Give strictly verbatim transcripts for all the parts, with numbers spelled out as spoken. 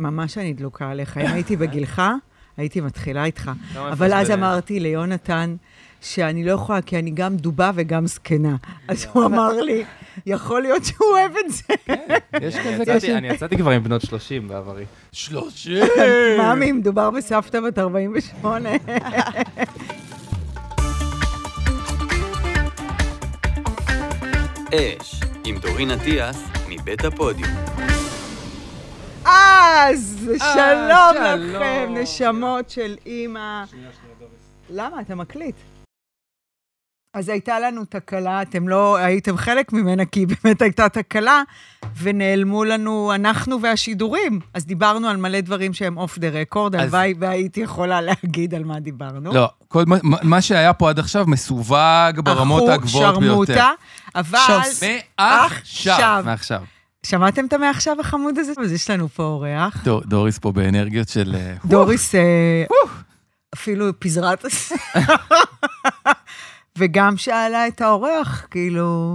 ממש אני דלוקה עליך. אם הייתי בגילך, הייתי מתחילה איתך. אבל אז אמרתי ליונתן, שאני לא יכולה, כי אני גם דובה וגם זקנה. אז הוא אמר לי, יכול להיות שהוא אוהב את זה. יש כזה. אני יצאתי כבר עם בנות שלושים בעברי. שלושים! מאמי, מדובר בסבתא בת ארבעים ושמונה. אש, עם דורין אטיאס, מבית הפודיום. אז, שלום לכם, נשמות של אמא. למה? אתה מקליט. אז הייתה לנו תקלה, אתם לא הייתם חלק ממנה, כי באמת הייתה תקלה, ונעלמו לנו אנחנו והשידורים. אז דיברנו על מלא דברים שהם אוף דה רקורד, הלוואי והייתי יכולה להגיד על מה דיברנו. לא, כל, מה שהיה פה עד עכשיו מסווג ברמות הגבוהות ביותר. שרמוטה, אבל... מעכשיו. מעכשיו. שמעתם את המעכשיו החמוד הזה? אז יש לנו פה אורח. דוריס פה באנרגיות של... דוריס, אפילו פיזרת... וגם שאלה את האורח, כאילו,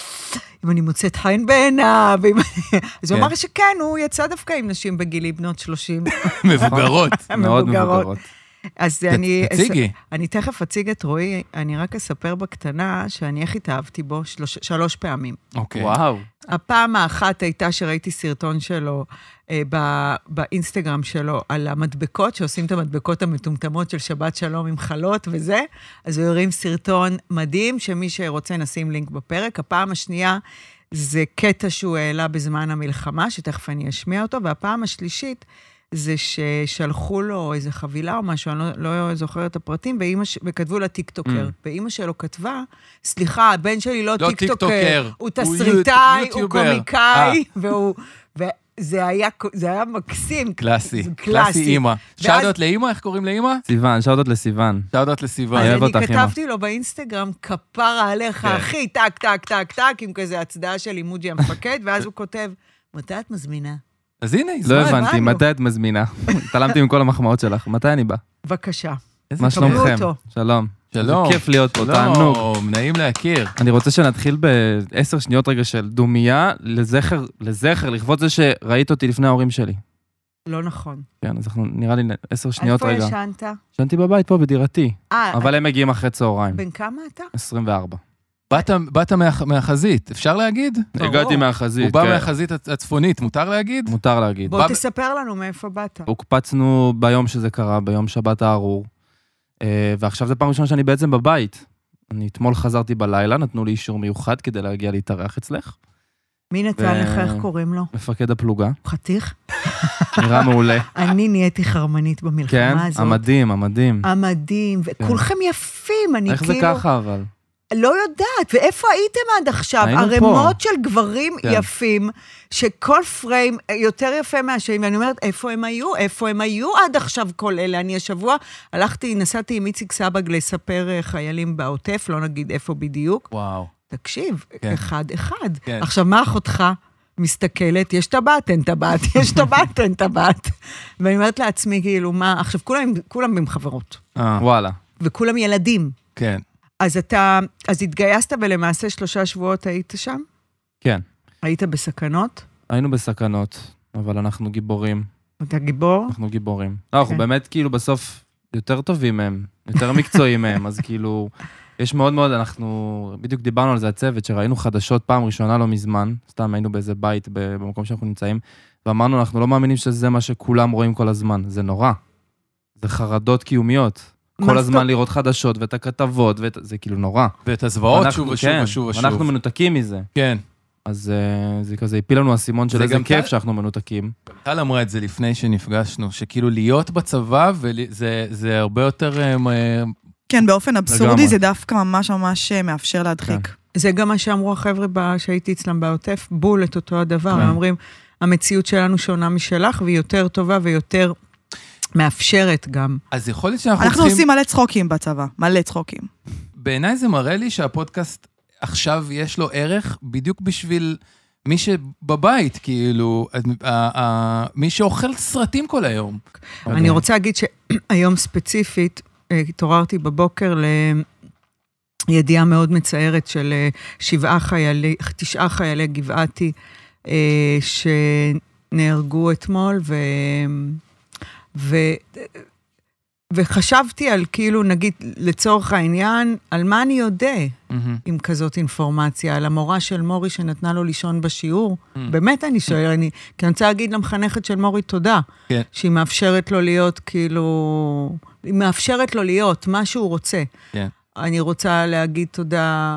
אם אני מוצאת חן בעיניו, אז הוא אמר שכן, הוא יצא דווקא עם נשים בגילי בנות שלושים. מבוגרות. מאוד מבוגרות. אז אני... תציגי. אני תכף אציג את רועי, אני רק אספר בקטנה, שאני איך התאהבתי בו שלוש פעמים. אוקיי. וואו. הפעם האחת הייתה שראיתי סרטון שלו, באינסטגרם שלו, על המדבקות, שעושים את המדבקות המטומטמות של שבת שלום עם חלות וזה, אז הוא יורים סרטון מדהים, שמי שרוצה נשים לינק בפרק. הפעם השנייה, זה קטע שהוא העלה בזמן המלחמה, שתכף אני אשמיע אותו, והפעם השלישית, זה ששלחו לו איזו חבילה או משהו, אני לא, לא זוכר את הפרטים, ש... וכתבו לה טיקטוקר. Mm. ואמא שלו כתבה, סליחה, הבן שלי לא, לא טיקטוקר, טיקטוקר, הוא תסריטאי, הוא, הוא קומיקאי, 아. והוא... ו... זה היה, זה היה מקסים. קלאסי, קלאסי אימא. שאודות לאימא, איך קוראים לאימא? סיוון, שאודות לסיוון. שאודות לסיוון. אז אני כתבתי לו באינסטגרם, כפרה עליך, אחי, טק, טק, טק, טק, עם כזה הצדעה של אימוג'י המפקד, ואז הוא כותב, מתי את מזמינה? אז הנה, לא הבנתי, מתי את מזמינה? תלמתי מכל המחמאות שלך, מתי אני בא? בבקשה. מה שלומכם? שלום. שלום. כיף להיות פה, תענוג. נעים להכיר. אני רוצה שנתחיל בעשר שניות רגע של דומיה, לזכר, לזכר, לכבוד זה שראית אותי לפני ההורים שלי. לא נכון. כן, אז אנחנו נראה לי עשר שניות רגע. איפה ישנת? ישנתי בבית פה בדירתי. אבל הם מגיעים אחרי צהריים. בן כמה אתה? עשרים וארבע. באת מהחזית, אפשר להגיד? הגעתי מהחזית. הוא בא מהחזית הצפונית, מותר להגיד? מותר להגיד. בוא תספר לנו מאיפה באת. הוקפצנו ביום שזה קרה, ביום שבת הארור. ועכשיו זה פעם ראשונה שאני בעצם בבית. אני אתמול חזרתי בלילה, נתנו לי אישור מיוחד כדי להגיע להתארח אצלך. מי נתן לך, איך קוראים לו? מפקד הפלוגה. חתיך? נראה מעולה. אני נהייתי חרמנית במלחמה הזאת. כן, המדים, המדים. המדים, וכולכם יפים, אני כאילו... איך זה ככה אבל? לא יודעת, ואיפה הייתם עד עכשיו? הרמות של גברים יפים, שכל פריים יותר יפה מהשני, ואני אומרת, איפה הם היו? איפה הם היו עד עכשיו כל אלה? אני השבוע הלכתי, נסעתי עם איציק סבג לספר חיילים בעוטף, לא נגיד איפה בדיוק. וואו. תקשיב, אחד אחד. עכשיו, מה אחותך מסתכלת? יש טבעת, אין טבעת, יש טבעת, אין טבעת. ואני אומרת לעצמי, כאילו, מה? עכשיו, כולם עם חברות. וואלה. וכולם ילדים. כן. אז אתה, אז התגייסת ולמעשה שלושה שבועות היית שם? כן. היית בסכנות? היינו בסכנות, אבל אנחנו גיבורים. אתה גיבור? אנחנו גיבורים. לא, אנחנו באמת כאילו בסוף יותר טובים מהם, יותר מקצועיים מהם, אז כאילו, יש מאוד מאוד, אנחנו, בדיוק דיברנו על זה הצוות, שראינו חדשות פעם ראשונה לא מזמן, סתם היינו באיזה בית במקום שאנחנו נמצאים, ואמרנו, אנחנו לא מאמינים שזה מה שכולם רואים כל הזמן, זה נורא. זה חרדות קיומיות. כל הזמן לראות חדשות, ואת הכתבות, זה כאילו נורא. ואת הזוועות שוב ושוב ושוב ושוב. אנחנו מנותקים מזה. כן. אז זה כזה, הפיל לנו הסימון של איזה כיף שאנחנו מנותקים. טל אמרה את זה לפני שנפגשנו, שכאילו להיות בצבא, זה הרבה יותר... כן, באופן אבסורדי, זה דווקא ממש ממש מאפשר להדחיק. זה גם מה שאמרו החבר'ה שהייתי אצלם בעוטף, בול את אותו הדבר. הם אומרים, המציאות שלנו שונה משלך, והיא יותר טובה ויותר... מאפשרת גם. אז יכול להיות שאנחנו אנחנו עושים מלא צחוקים בצבא, מלא צחוקים. בעיניי זה מראה לי שהפודקאסט עכשיו יש לו ערך בדיוק בשביל מי שבבית, כאילו, מי שאוכל סרטים כל היום. אני רוצה להגיד שהיום ספציפית, התעוררתי בבוקר לידיעה מאוד מצערת של שבעה חיילי, תשעה חיילי גבעתי, ש... נהרגו אתמול, ו... ו... וחשבתי על כאילו, נגיד, לצורך העניין, על מה אני יודע mm-hmm. עם כזאת אינפורמציה, על המורה של מורי שנתנה לו לישון בשיעור. Mm-hmm. באמת אני שואל, אני, כי אני רוצה להגיד למחנכת של מורי תודה, yeah. שהיא מאפשרת לו להיות כאילו, היא מאפשרת לו להיות מה שהוא רוצה. Yeah. אני רוצה להגיד תודה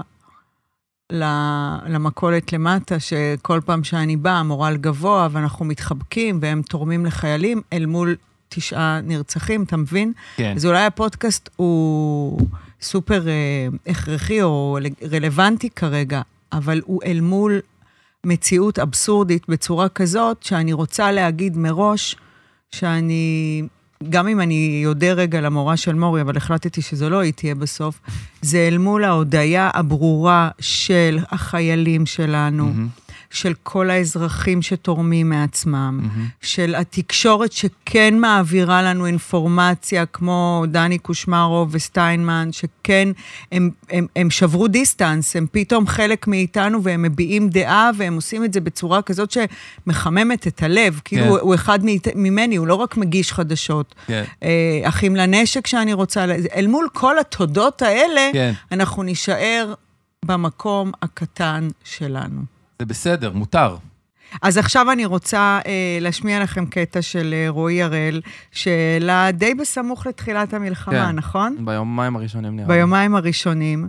למקולת למטה, שכל פעם שאני באה, מורל גבוה, ואנחנו מתחבקים, והם תורמים לחיילים, אל מול תשעה נרצחים, אתה מבין? כן. אז אולי הפודקאסט הוא סופר אה, הכרחי או רלוונטי כרגע, אבל הוא אל מול מציאות אבסורדית בצורה כזאת, שאני רוצה להגיד מראש, שאני, גם אם אני יודע רגע למורה של מורי, אבל החלטתי שזו לא היא תהיה בסוף, זה אל מול ההודעה הברורה של החיילים שלנו, mm-hmm. של כל האזרחים שתורמים מעצמם, mm-hmm. של התקשורת שכן מעבירה לנו אינפורמציה, כמו דני קושמרו וסטיינמן, שכן הם, הם, הם שברו דיסטנס, הם פתאום חלק מאיתנו, והם מביעים דעה, והם עושים את זה בצורה כזאת שמחממת את הלב, כאילו yeah. הוא, הוא אחד ממני, הוא לא רק מגיש חדשות. Yeah. אחים לנשק שאני רוצה, אל מול כל התודות האלה, yeah. אנחנו נשאר במקום הקטן שלנו. זה בסדר, מותר. אז עכשיו אני רוצה אה, להשמיע לכם קטע של אה, רועי הראל, שאלה די בסמוך לתחילת המלחמה, כן, נכון? ביומיים הראשונים נראה. ביומיים הראשונים,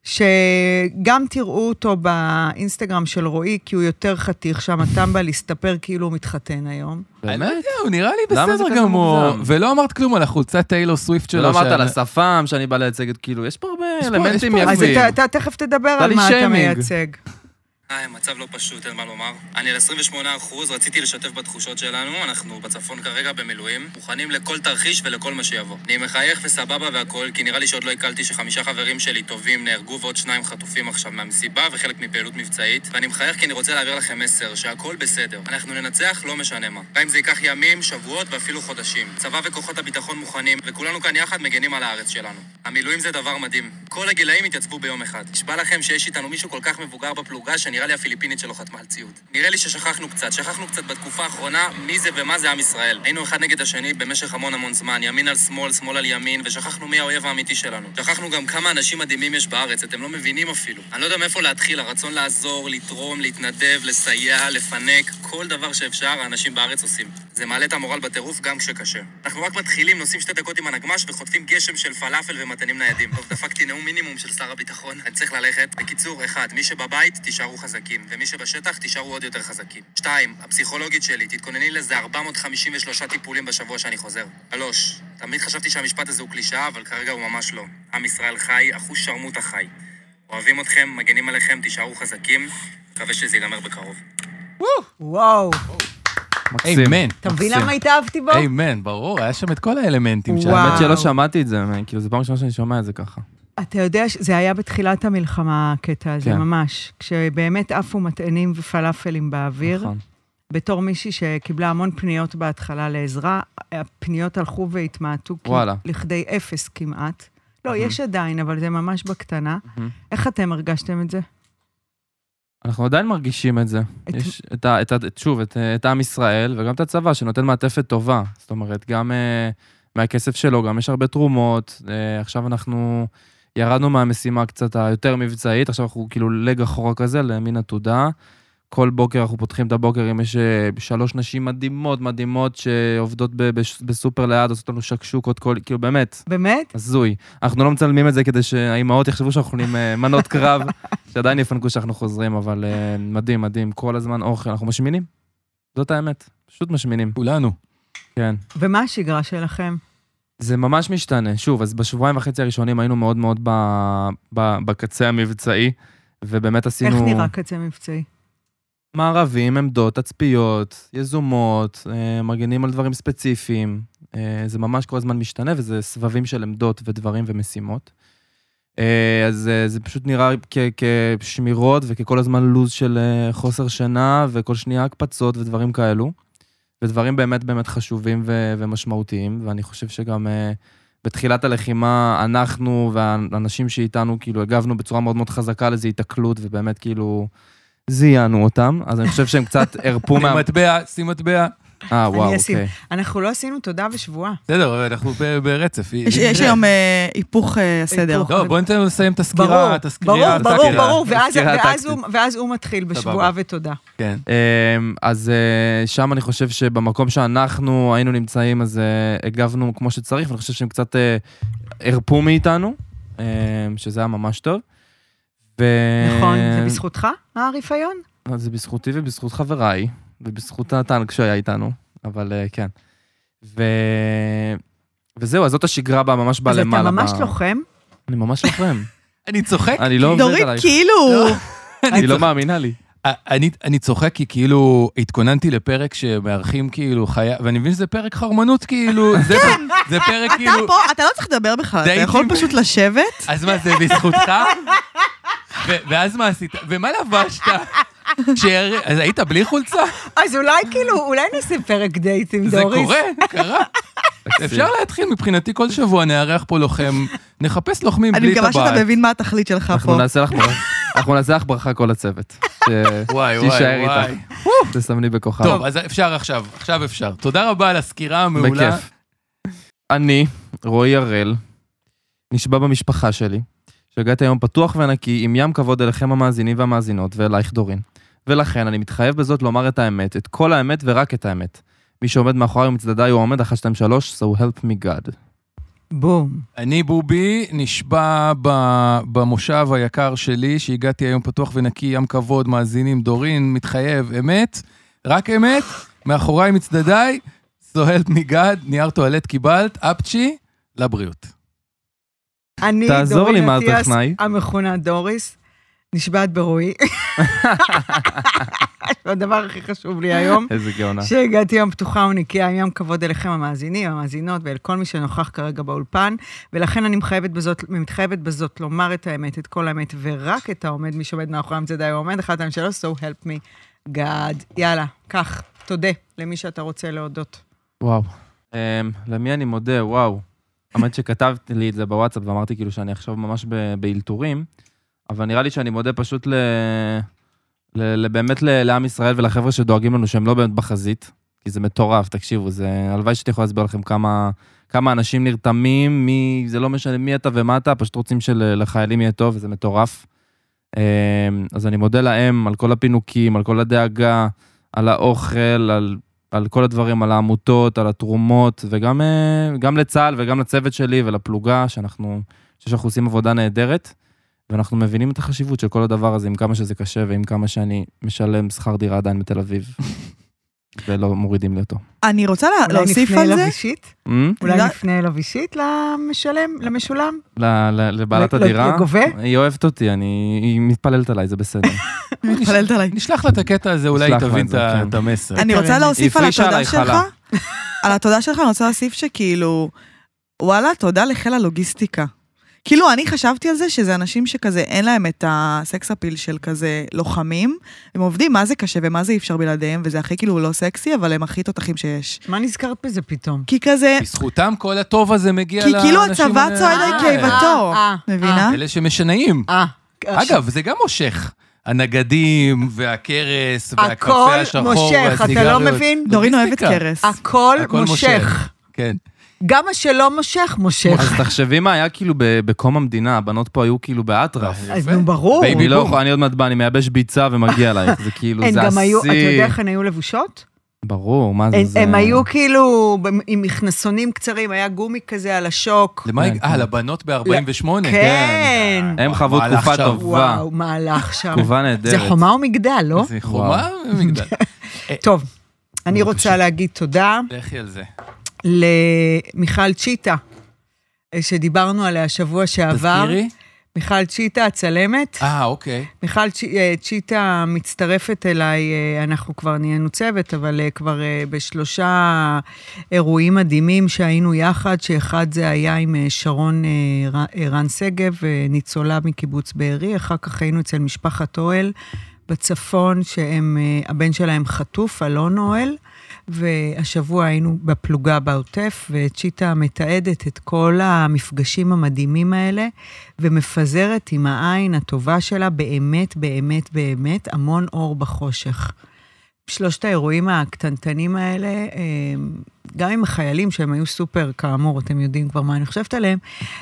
שגם תראו אותו באינסטגרם של רועי, כי הוא יותר חתיך, שם אתם בא להסתפר כאילו הוא מתחתן היום. באמת? הוא נראה לי בסדר גמור. ולא אמרת כלום על החולצת טיילור סוויפט שלו. ולא אמרת על השפם שאני בא לייצג, כאילו, יש פה הרבה אלמנטים יפים. אז אתה תכף תדבר על מה אתה מייצג. היי, מצב לא פשוט, אין מה לומר. אני על עשרים ושמונה אחוז, רציתי לשתף בתחושות שלנו, אנחנו בצפון כרגע במילואים, מוכנים לכל תרחיש ולכל מה שיבוא. אני מחייך וסבבה והכל, כי נראה לי שעוד לא הקלתי שחמישה חברים שלי טובים נהרגו ועוד שניים חטופים עכשיו מהמסיבה וחלק מפעילות מבצעית, ואני מחייך כי אני רוצה להעביר לכם מסר שהכל בסדר. אנחנו ננצח, לא משנה מה. גם אם זה ייקח ימים, שבועות ואפילו חודשים. צבא וכוחות הביטחון מוכנים, וכולנו כאן יחד מגנים על הארץ שלנו. המילואים זה דבר מדהים. כל הגילאים התייצבו ביום אחד. נשבע לכם שיש איתנו מישהו כל כך מבוגר בפלוגה שנראה לי הפיליפינית שלו חתמה על ציוד. נראה לי ששכחנו קצת, שכחנו קצת בתקופה האחרונה מי זה ומה זה עם ישראל. היינו אחד נגד השני במשך המון המון זמן, ימין על שמאל, שמאל על ימין, ושכחנו מי האויב האמיתי שלנו. שכחנו גם כמה אנשים מדהימים יש בארץ, אתם לא מבינים אפילו. אני לא יודע מאיפה להתחיל, הרצון לעזור, לתרום, להתנדב, לסייע, לפנק, כל דבר שאפשר, האנשים בארץ עושים. זה מעלה את המורל בטירוף גם כשקשה. אנחנו רק מתחילים, נוסעים שתי דקות עם הנגמש וחוטפים גשם של פלאפל ומתנים ניידים. טוב, דפקתי נאום מינימום של שר הביטחון. אני צריך ללכת. בקיצור, אחד, מי שבבית, תישארו חזקים, ומי שבשטח, תישארו עוד יותר חזקים. שתיים, הפסיכולוגית שלי, תתכונני לזה ארבע מאות חמישים ושלושה טיפולים בשבוע שאני חוזר. שלוש, תמיד חשבתי שהמשפט הזה הוא קלישאה, אבל כרגע הוא ממש לא. עם ישראל חי, אחוז שרמוט החי. אוהבים אתכם, מגנים עליכם, תישארו חזקים. מקווה שזה ייגמר בקרוב. וואו. אמן. אתה מבין למה התאהבתי בו? אמן, ברור, היה שם את כל האלמנטים. האמת שלא שמעתי את זה, כאילו זה פעם ראשונה שאני שומע את זה ככה. אתה יודע, זה היה בתחילת המלחמה, הקטע הזה, ממש. כשבאמת עפו מטענים ופלאפלים באוויר, בתור מישהי שקיבלה המון פניות בהתחלה לעזרה, הפניות הלכו והתמעטו לכדי אפס כמעט. לא, יש עדיין, אבל זה ממש בקטנה. איך אתם הרגשתם את זה? אנחנו עדיין מרגישים את זה. יש את ה, את ה, שוב, את, את עם ישראל, וגם את הצבא, שנותן מעטפת טובה. זאת אומרת, גם uh, מהכסף שלו, גם יש הרבה תרומות. Uh, עכשיו אנחנו ירדנו מהמשימה קצת היותר מבצעית, עכשיו אנחנו כאילו לג אחורה כזה, למין עתודה. כל בוקר אנחנו פותחים את הבוקר, אם יש שלוש נשים מדהימות, מדהימות, שעובדות בסופר ליד, עושות לנו שקשוקות, כל, כאילו באמת. באמת? הזוי. אנחנו לא מצלמים את זה כדי שהאימהות יחשבו שאנחנו עם מנות קרב, שעדיין יפנקו שאנחנו חוזרים, אבל מדהים, מדהים, כל הזמן אוכל, אנחנו משמינים. זאת האמת, פשוט משמינים. כולנו. כן. ומה השגרה שלכם? זה ממש משתנה. שוב, אז בשבועיים וחצי הראשונים היינו מאוד מאוד בקצה המבצעי, ובאמת עשינו... איך נראה קצה מבצעי? מערבים, עמדות, תצפיות, יזומות, מגנים על דברים ספציפיים. זה ממש כל הזמן משתנה, וזה סבבים של עמדות ודברים ומשימות. אז זה פשוט נראה כשמירות, וככל הזמן לוז של חוסר שינה, וכל שנייה הקפצות ודברים כאלו. ודברים באמת באמת חשובים ומשמעותיים, ואני חושב שגם בתחילת הלחימה, אנחנו והאנשים שאיתנו, כאילו, הגבנו בצורה מאוד מאוד חזקה לזה התקלות, ובאמת כאילו... זיינו אותם, אז אני חושב שהם קצת הרפו מה... מטבע, שים מטבע. אה, וואו, אוקיי. אנחנו לא עשינו תודה ושבועה. בסדר, אנחנו ברצף. יש היום היפוך הסדר. לא, בוא ניתן לסיים את הסקירה. ברור, ברור, ברור, ואז הוא מתחיל בשבועה ותודה. כן. אז שם אני חושב שבמקום שאנחנו היינו נמצאים, אז הגבנו כמו שצריך, ואני חושב שהם קצת הרפו מאיתנו, שזה היה ממש טוב. נכון, זה בזכותך, הריפיון? זה בזכותי ובזכות חבריי. ובזכות הטנק שהיה איתנו, אבל כן. ו... וזהו, אז זאת השגרה בה, ממש בא למעלה. אז אתה ממש לוחם? אני ממש לוחם. אני צוחק. אני לא עובד עלייך. דורית, כאילו... אני לא מאמינה לי. אני צוחק כי כאילו התכוננתי לפרק שמארחים כאילו חיה, ואני מבין שזה פרק חרמנות כאילו, זה פרק כאילו... אתה פה, אתה לא צריך לדבר בכלל, אתה יכול פשוט לשבת. אז מה, זה בזכותך? ואז מה עשית? ומה לבשת? אז היית בלי חולצה? אז אולי כאילו, אולי נעשה פרק דייט עם דוריס. זה קורה, קרה. אפשר להתחיל מבחינתי כל שבוע, נארח פה לוחם, נחפש לוחמים בלי טבעת. אני מקווה שאתה מבין מה התכלית שלך פה. אנחנו נעשה לך ברכה כל הצוות. וואי, וואי, וואי. תסמני בכוחה. טוב, אז אפשר עכשיו, עכשיו אפשר. תודה רבה על הסקירה המעולה. בכיף. אני, רועי הראל, נשבע במשפחה שלי, שהגעתי היום פתוח ונקי, עם ים כבוד אליכם המאזינים והמאזינות, ואלייך דורין. ולכן אני מתחייב בזאת לומר את האמת, את כל האמת ורק את האמת. מי שעומד מאחורי ומצדדיי הוא עומד אחת שתיים שלוש, so help me God. בום. אני בובי, נשבע במושב היקר שלי, שהגעתי היום פתוח ונקי, ים כבוד, מאזינים, דורין, מתחייב, אמת, רק אמת, מאחוריי מצדדיי, so help me God, נייר טואלט קיבלת, אפצ'י, לבריאות. אני דורין אטיאס, המכונה דוריס, נשבעת ברועי. הדבר הכי חשוב לי היום, איזה גאונה. שהגעתי יום פתוחה ונקייה, עם יום כבוד אליכם המאזינים, המאזינות, ואל כל מי שנוכח כרגע באולפן, ולכן אני מתחייבת בזאת, מתחייבת בזאת לומר את האמת, את כל האמת, ורק את העומד, מי שעומד מאחורי המצדדיי, הוא עומד, אחת, שתיים, שלוש, so help me God. יאללה, כך, תודה למי שאתה רוצה להודות. וואו. למי אני מודה, וואו. האמת שכתבתי לי את זה בוואטסאפ, ואמרתי כאילו שאני עכשיו ממש באילתורים, אבל נראה לי שאני מודה פשוט ל... ל... באמת ל... לעם ישראל ולחבר'ה שדואגים לנו שהם לא באמת בחזית, כי זה מטורף, תקשיבו, זה... הלוואי שתי יכול להסביר לכם כמה, כמה אנשים נרתמים, מי... זה לא משנה מי אתה ומה אתה, פשוט רוצים שלחיילים יהיה טוב, וזה מטורף. אז אני מודה להם על כל הפינוקים, על כל הדאגה, על האוכל, על, על כל הדברים, על העמותות, על התרומות, וגם גם לצה"ל וגם לצוות שלי ולפלוגה, שאנחנו, שאנחנו עושים עבודה נהדרת. ואנחנו מבינים את החשיבות של כל הדבר הזה, עם כמה שזה קשה, ועם כמה שאני משלם שכר דירה עדיין בתל אביב, ולא מורידים לי אותו. אני רוצה להוסיף על זה. אולי נפנה אליו אישית? אולי נפנה אליו אישית למשלם, למשולם? לבעלת הדירה? לגובה? היא אוהבת אותי, היא מתפללת עליי, זה בסדר. מתפללת עליי. נשלח לה את הקטע הזה, אולי תבין את המסר. אני רוצה להוסיף על התודה שלך, על התודה שלך, אני רוצה להוסיף שכאילו, וואלה, תודה לחיל הלוגיסטיקה. כאילו, אני חשבתי על זה שזה אנשים שכזה, אין להם את הסקס אפיל של כזה לוחמים, הם עובדים מה זה קשה ומה זה אי אפשר בלעדיהם, וזה הכי כאילו לא סקסי, אבל הם הכי תותחים שיש. מה נזכרת בזה פתאום? כי כזה... בזכותם כל הטוב הזה מגיע לאנשים... כי כאילו הצבא צועד על קיבתו, מבינה? אלה שמשנעים. אגב, זה גם מושך. הנגדים והקרס והקפה השחור והסיגריות. הכל מושך, אתה לא מבין? דורין אוהבת קרס. הכל מושך. כן. גם מה שלא מושך, מושך. אז תחשבי מה היה כאילו בקום המדינה, הבנות פה היו כאילו באטרף. אז נו, ברור. בייבי לא יכול, אני עוד מעט בא, אני מייבש ביצה ומגיע אליי. זה כאילו, זה עשי. אתה יודע איך הן היו לבושות? ברור, מה זה זה? הם היו כאילו עם מכנסונים קצרים, היה גומי כזה על השוק. אה, לבנות ב-ארבעים ושמונה. כן. הם חוו תקופה טובה. וואו, מהלך שם. תקופה נהדרת. זה חומה ומגדל, לא? זה חומה ומגדל. טוב, אני רוצה להגיד תודה. לכי על זה. למיכל צ'יטה, שדיברנו עליה שבוע שעבר. תזכירי? מיכל צ'יטה, הצלמת. אה, אוקיי. מיכל צ'יטה מצטרפת אליי, אנחנו כבר נהיינו צוות, אבל כבר בשלושה אירועים מדהימים שהיינו יחד, שאחד זה היה עם שרון רן סגב, ניצולה מקיבוץ בארי, אחר כך היינו אצל משפחת אוהל בצפון, שהבן שלהם חטוף, אלון אוהל, והשבוע היינו בפלוגה בעוטף, וצ'יטה מתעדת את כל המפגשים המדהימים האלה, ומפזרת עם העין הטובה שלה באמת, באמת, באמת, המון אור בחושך. שלושת האירועים הקטנטנים האלה, גם עם החיילים שהם היו סופר, כאמור, אתם יודעים כבר מה אני חושבת עליהם,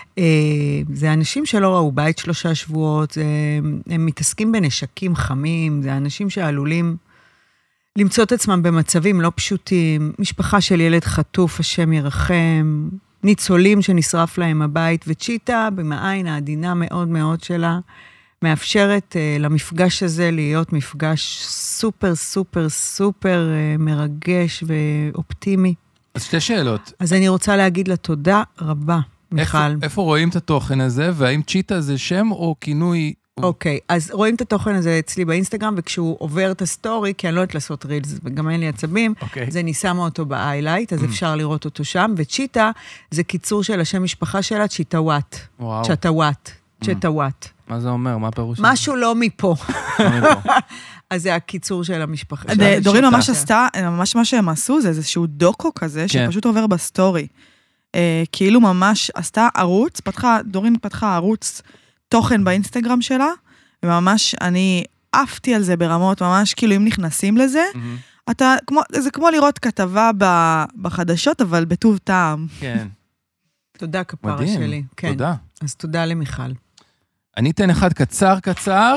זה אנשים שלא ראו בית שלושה שבועות, הם מתעסקים בנשקים חמים, זה אנשים שעלולים למצוא את עצמם במצבים לא פשוטים, משפחה של ילד חטוף, השם ירחם, ניצולים שנשרף להם הבית, וצ'יטה במעין העדינה מאוד מאוד שלה, מאפשרת uh, למפגש הזה להיות מפגש סופר, סופר, סופר uh, מרגש ואופטימי. אז שתי שאלות. אז אני רוצה להגיד לה תודה רבה, מיכל. איפה, איפה רואים את התוכן הזה, והאם צ'יטה זה שם או כינוי? אוקיי, okay, אז רואים את התוכן הזה אצלי באינסטגרם, וכשהוא עובר את הסטורי, כי אני לא יודעת לעשות רילס, וגם אין לי עצבים, okay. אז אני שמה אותו באיילייט, אז mm. אפשר לראות אותו שם, וצ'יטה זה קיצור של השם משפחה שלה, צ'יטאוואט. וואו. צ'יטאוואט. צ'יטאוואט. מה זה אומר? מה הפירוש? משהו לא מפה. אז זה הקיצור של המשפחה. דורין ממש עשתה, ממש מה שהם עשו, זה איזשהו דוקו כזה, שפשוט עובר בסטורי. כאילו ממש עשתה ערוץ, דורין פתחה ערוץ תוכן באינסטגרם שלה, וממש אני עפתי על זה ברמות, ממש כאילו אם נכנסים לזה, אתה, זה כמו לראות כתבה בחדשות, אבל בטוב טעם. כן. תודה כפרה שלי. תודה. אז תודה למיכל. אני אתן אחד קצר קצר,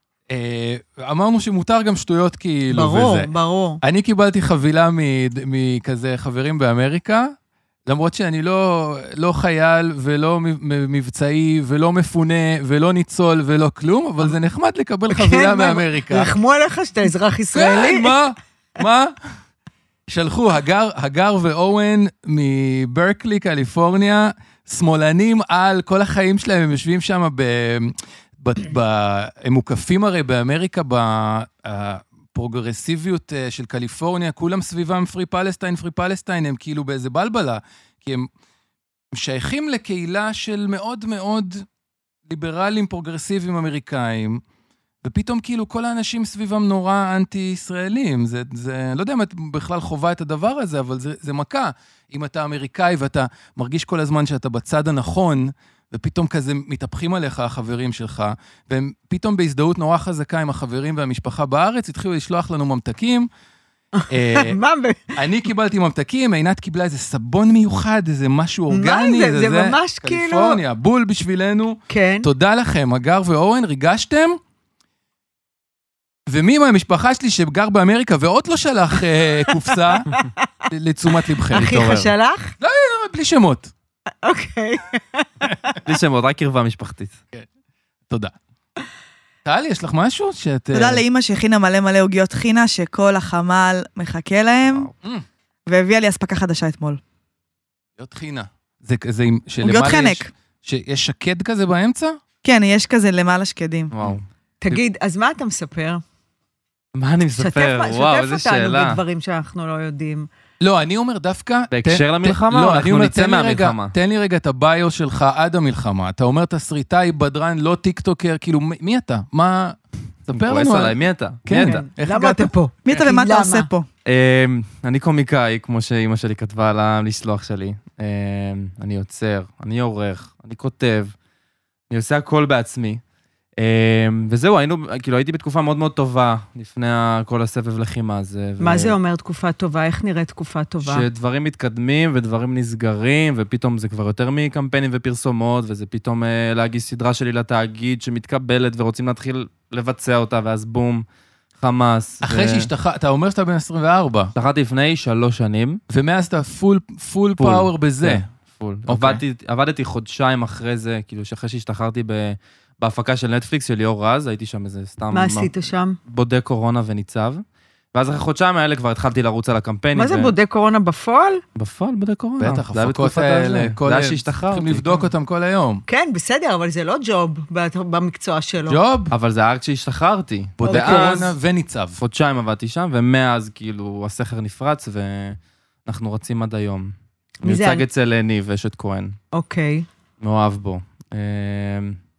אמרנו שמותר גם שטויות כאילו וזה. ברור, ברור. אני קיבלתי חבילה מכזה חברים באמריקה, למרות שאני לא, לא חייל ולא מבצעי ולא מפונה ולא ניצול ולא כלום, אבל זה נחמד לקבל חבילה מאמריקה. רחמו עליך שאתה אזרח ישראלי. כן, מה? מה? שלחו הגר, הגר ואורן מברקלי, קליפורניה, שמאלנים על כל החיים שלהם, הם יושבים שם, ב, ב, ב, הם מוקפים הרי באמריקה, בפרוגרסיביות של קליפורניה, כולם סביבם פרי פלסטיין, פרי פלסטיין, הם כאילו באיזה בלבלה, כי הם שייכים לקהילה של מאוד מאוד ליברלים פרוגרסיביים אמריקאים, ופתאום כאילו כל האנשים סביבם נורא אנטי-ישראלים, זה, זה, לא יודע אם את בכלל חובה את הדבר הזה, אבל זה, זה מכה. אם אתה אמריקאי ואתה מרגיש כל הזמן שאתה בצד הנכון, ופתאום כזה מתהפכים עליך החברים שלך, והם פתאום בהזדהות נורא חזקה עם החברים והמשפחה בארץ, התחילו לשלוח לנו ממתקים. מה? אני קיבלתי ממתקים, עינת קיבלה איזה סבון מיוחד, איזה משהו אורגני. מה זה? זה ממש כאילו... קליפורניה, בול בשבילנו. כן. תודה לכם, הגר ואורן, ריגשתם? ומי מהמשפחה שלי שגר באמריקה ועוד לא שלח קופסה לתשומת לבכם. אחיך שלח? לא, בלי שמות. אוקיי. בלי שמות, רק קרבה משפחתית. תודה. טל, יש לך משהו? תודה לאמא שהכינה מלא מלא עוגיות חינה, שכל החמל מחכה להם, והביאה לי אספקה חדשה אתמול. עוגיות חינה. עוגיות חנק. שיש שקד כזה באמצע? כן, יש כזה למעלה שקדים. וואו. תגיד, אז מה אתה מספר? מה אני מספר? וואו, איזה שאלה. שתף אותנו בדברים שאנחנו לא יודעים. לא, אני אומר דווקא... בהקשר למלחמה, לא, אנחנו נצא מהמלחמה. תן לי רגע את הביו שלך עד המלחמה. אתה אומר תסריטאי, בדרן, לא טיקטוקר, כאילו, מי אתה? מה... ספר לנו. עליי, מי אתה? כן. למה אתה פה? מי אתה ומה אתה עושה פה? אני קומיקאי, כמו שאמא שלי כתבה על המשלוח שלי. אני יוצר, אני עורך, אני כותב, אני עושה הכל בעצמי. וזהו, היינו, כאילו, הייתי בתקופה מאוד מאוד טובה, לפני כל הסבב לחימה הזה. מה זה אומר תקופה טובה? איך נראית תקופה טובה? שדברים מתקדמים ודברים נסגרים, ופתאום זה כבר יותר מקמפיינים ופרסומות, וזה פתאום להגיש סדרה שלי לתאגיד שמתקבלת, ורוצים להתחיל לבצע אותה, ואז בום, חמאס. אחרי שהשתחררת, אתה אומר שאתה בן עשרים וארבע. השתחררתי לפני שלוש שנים. ומאז אתה פול, פול פאוור בזה. פול. עבדתי חודשיים אחרי זה, כאילו שאחרי שהשתחררתי ב... בהפקה של נטפליקס של ליאור רז, הייתי שם איזה סתם... מה עשית שם? בודק קורונה וניצב. ואז אחרי חודשיים האלה כבר התחלתי לרוץ על הקמפיינים. מה זה בודק קורונה בפועל? בפועל בודק קורונה. בטח, הפקות האלה, זה היה שהשתחררתי. צריכים לבדוק אותם כל היום. כן, בסדר, אבל זה לא ג'וב במקצוע שלו. ג'וב? אבל זה היה כשהשתחררתי. בודק קורונה וניצב. חודשיים עבדתי שם, ומאז כאילו הסכר נפרץ, ואנחנו רצים עד היום. מיוצג אצל ניב אשת כהן. אוקיי. מאוהב בו.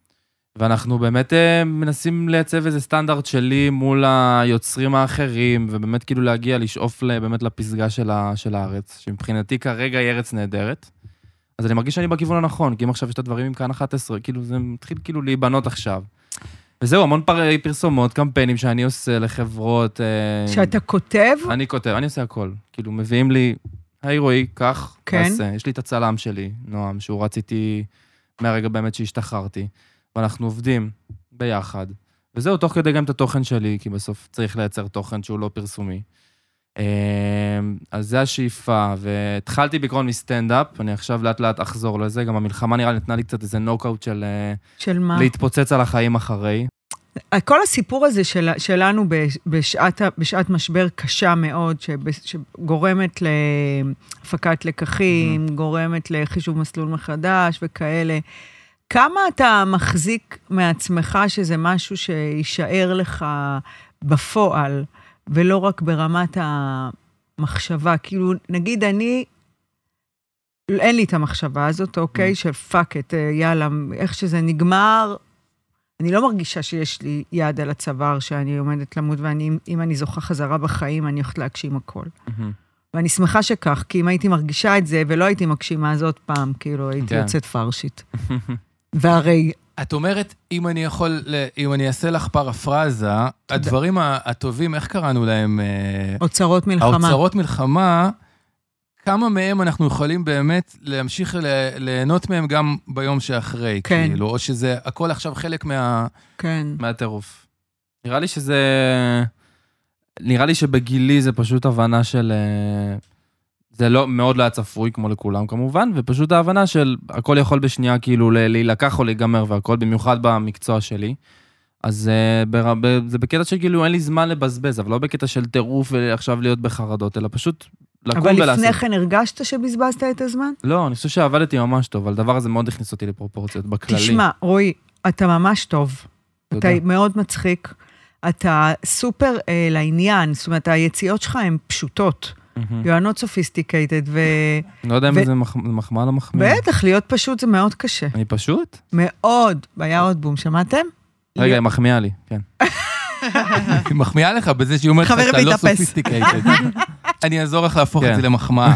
ואנחנו באמת מנסים לייצב איזה סטנדרט שלי מול היוצרים האחרים, ובאמת כאילו להגיע, לשאוף באמת לפסגה של הארץ, שמבחינתי כרגע היא ארץ נהדרת. אז אני מרגיש שאני בכיוון הנכון, כי אם עכשיו יש את הדברים עם כאן אחת עשרה, כאילו זה מתחיל כאילו להיבנות עכשיו. וזהו, המון פרסומות, קמפיינים שאני עושה לחברות. שאתה כותב? אני כותב, אני עושה הכל. כאילו מביאים לי, היי רועי, כך, תעשה. יש לי את הצלם שלי, נועם, שהוא רציתי מהרגע באמת שהשתחררתי. ואנחנו עובדים ביחד. וזהו, תוך כדי גם את התוכן שלי, כי בסוף צריך לייצר תוכן שהוא לא פרסומי. אז זה השאיפה, והתחלתי בעקרון מסטנד-אפ, אני עכשיו לאט לאט אחזור לזה, גם המלחמה נראה לי נתנה לי קצת איזה נוקאוט של... של מה? להתפוצץ על החיים אחרי. כל הסיפור הזה של, שלנו בשעת, בשעת משבר קשה מאוד, שגורמת להפקת לקחים, mm-hmm. גורמת לחישוב מסלול מחדש וכאלה, כמה אתה מחזיק מעצמך שזה משהו שישאר לך בפועל, ולא רק ברמת המחשבה? כאילו, נגיד אני, אין לי את המחשבה הזאת, אוקיי? של פאק את, יאללה, איך שזה נגמר, אני לא מרגישה שיש לי יד על הצוואר שאני עומדת למות, ואם אני זוכה חזרה בחיים, אני הולכת להגשים הכל. ואני שמחה שכך, כי אם הייתי מרגישה את זה, ולא הייתי מגשימה זאת פעם, כאילו, הייתי יוצאת פרשית. והרי... את אומרת, אם אני יכול, אם אני אעשה לך פרפרזה, הדברים הטובים, איך קראנו להם? אוצרות מלחמה. האוצרות מלחמה, כמה מהם אנחנו יכולים באמת להמשיך ליהנות מהם גם ביום שאחרי, כן. כאילו, או שזה הכל עכשיו חלק מה... כן. מהטירוף. נראה לי שזה... נראה לי שבגילי זה פשוט הבנה של... זה לא, מאוד לא היה צפוי, כמו לכולם כמובן, ופשוט ההבנה של הכל יכול בשנייה כאילו להילקח או להיגמר, והכל במיוחד במקצוע שלי. אז זה בקטע שכאילו אין לי זמן לבזבז, אבל לא בקטע של טירוף ועכשיו להיות בחרדות, אלא פשוט לקום ולעשות. אבל לפני כן הרגשת שבזבזת את הזמן? לא, אני חושב שעבדתי ממש טוב, אבל הדבר הזה מאוד הכניס אותי לפרופורציות בכללי. תשמע, רועי, אתה ממש טוב. אתה מאוד מצחיק. אתה סופר לעניין, זאת אומרת, היציאות שלך הן פשוטות. You are not sophisticated, ו... לא יודע אם זה מחמאה לא מחמאה. בטח, להיות פשוט זה מאוד קשה. אני פשוט? מאוד. היה עוד בום, שמעתם? רגע, היא מחמיאה לי, כן. היא מחמיאה לך בזה שהיא אומרת לך, אתה לא sophisticated. אני אעזור לך להפוך את זה למחמאה.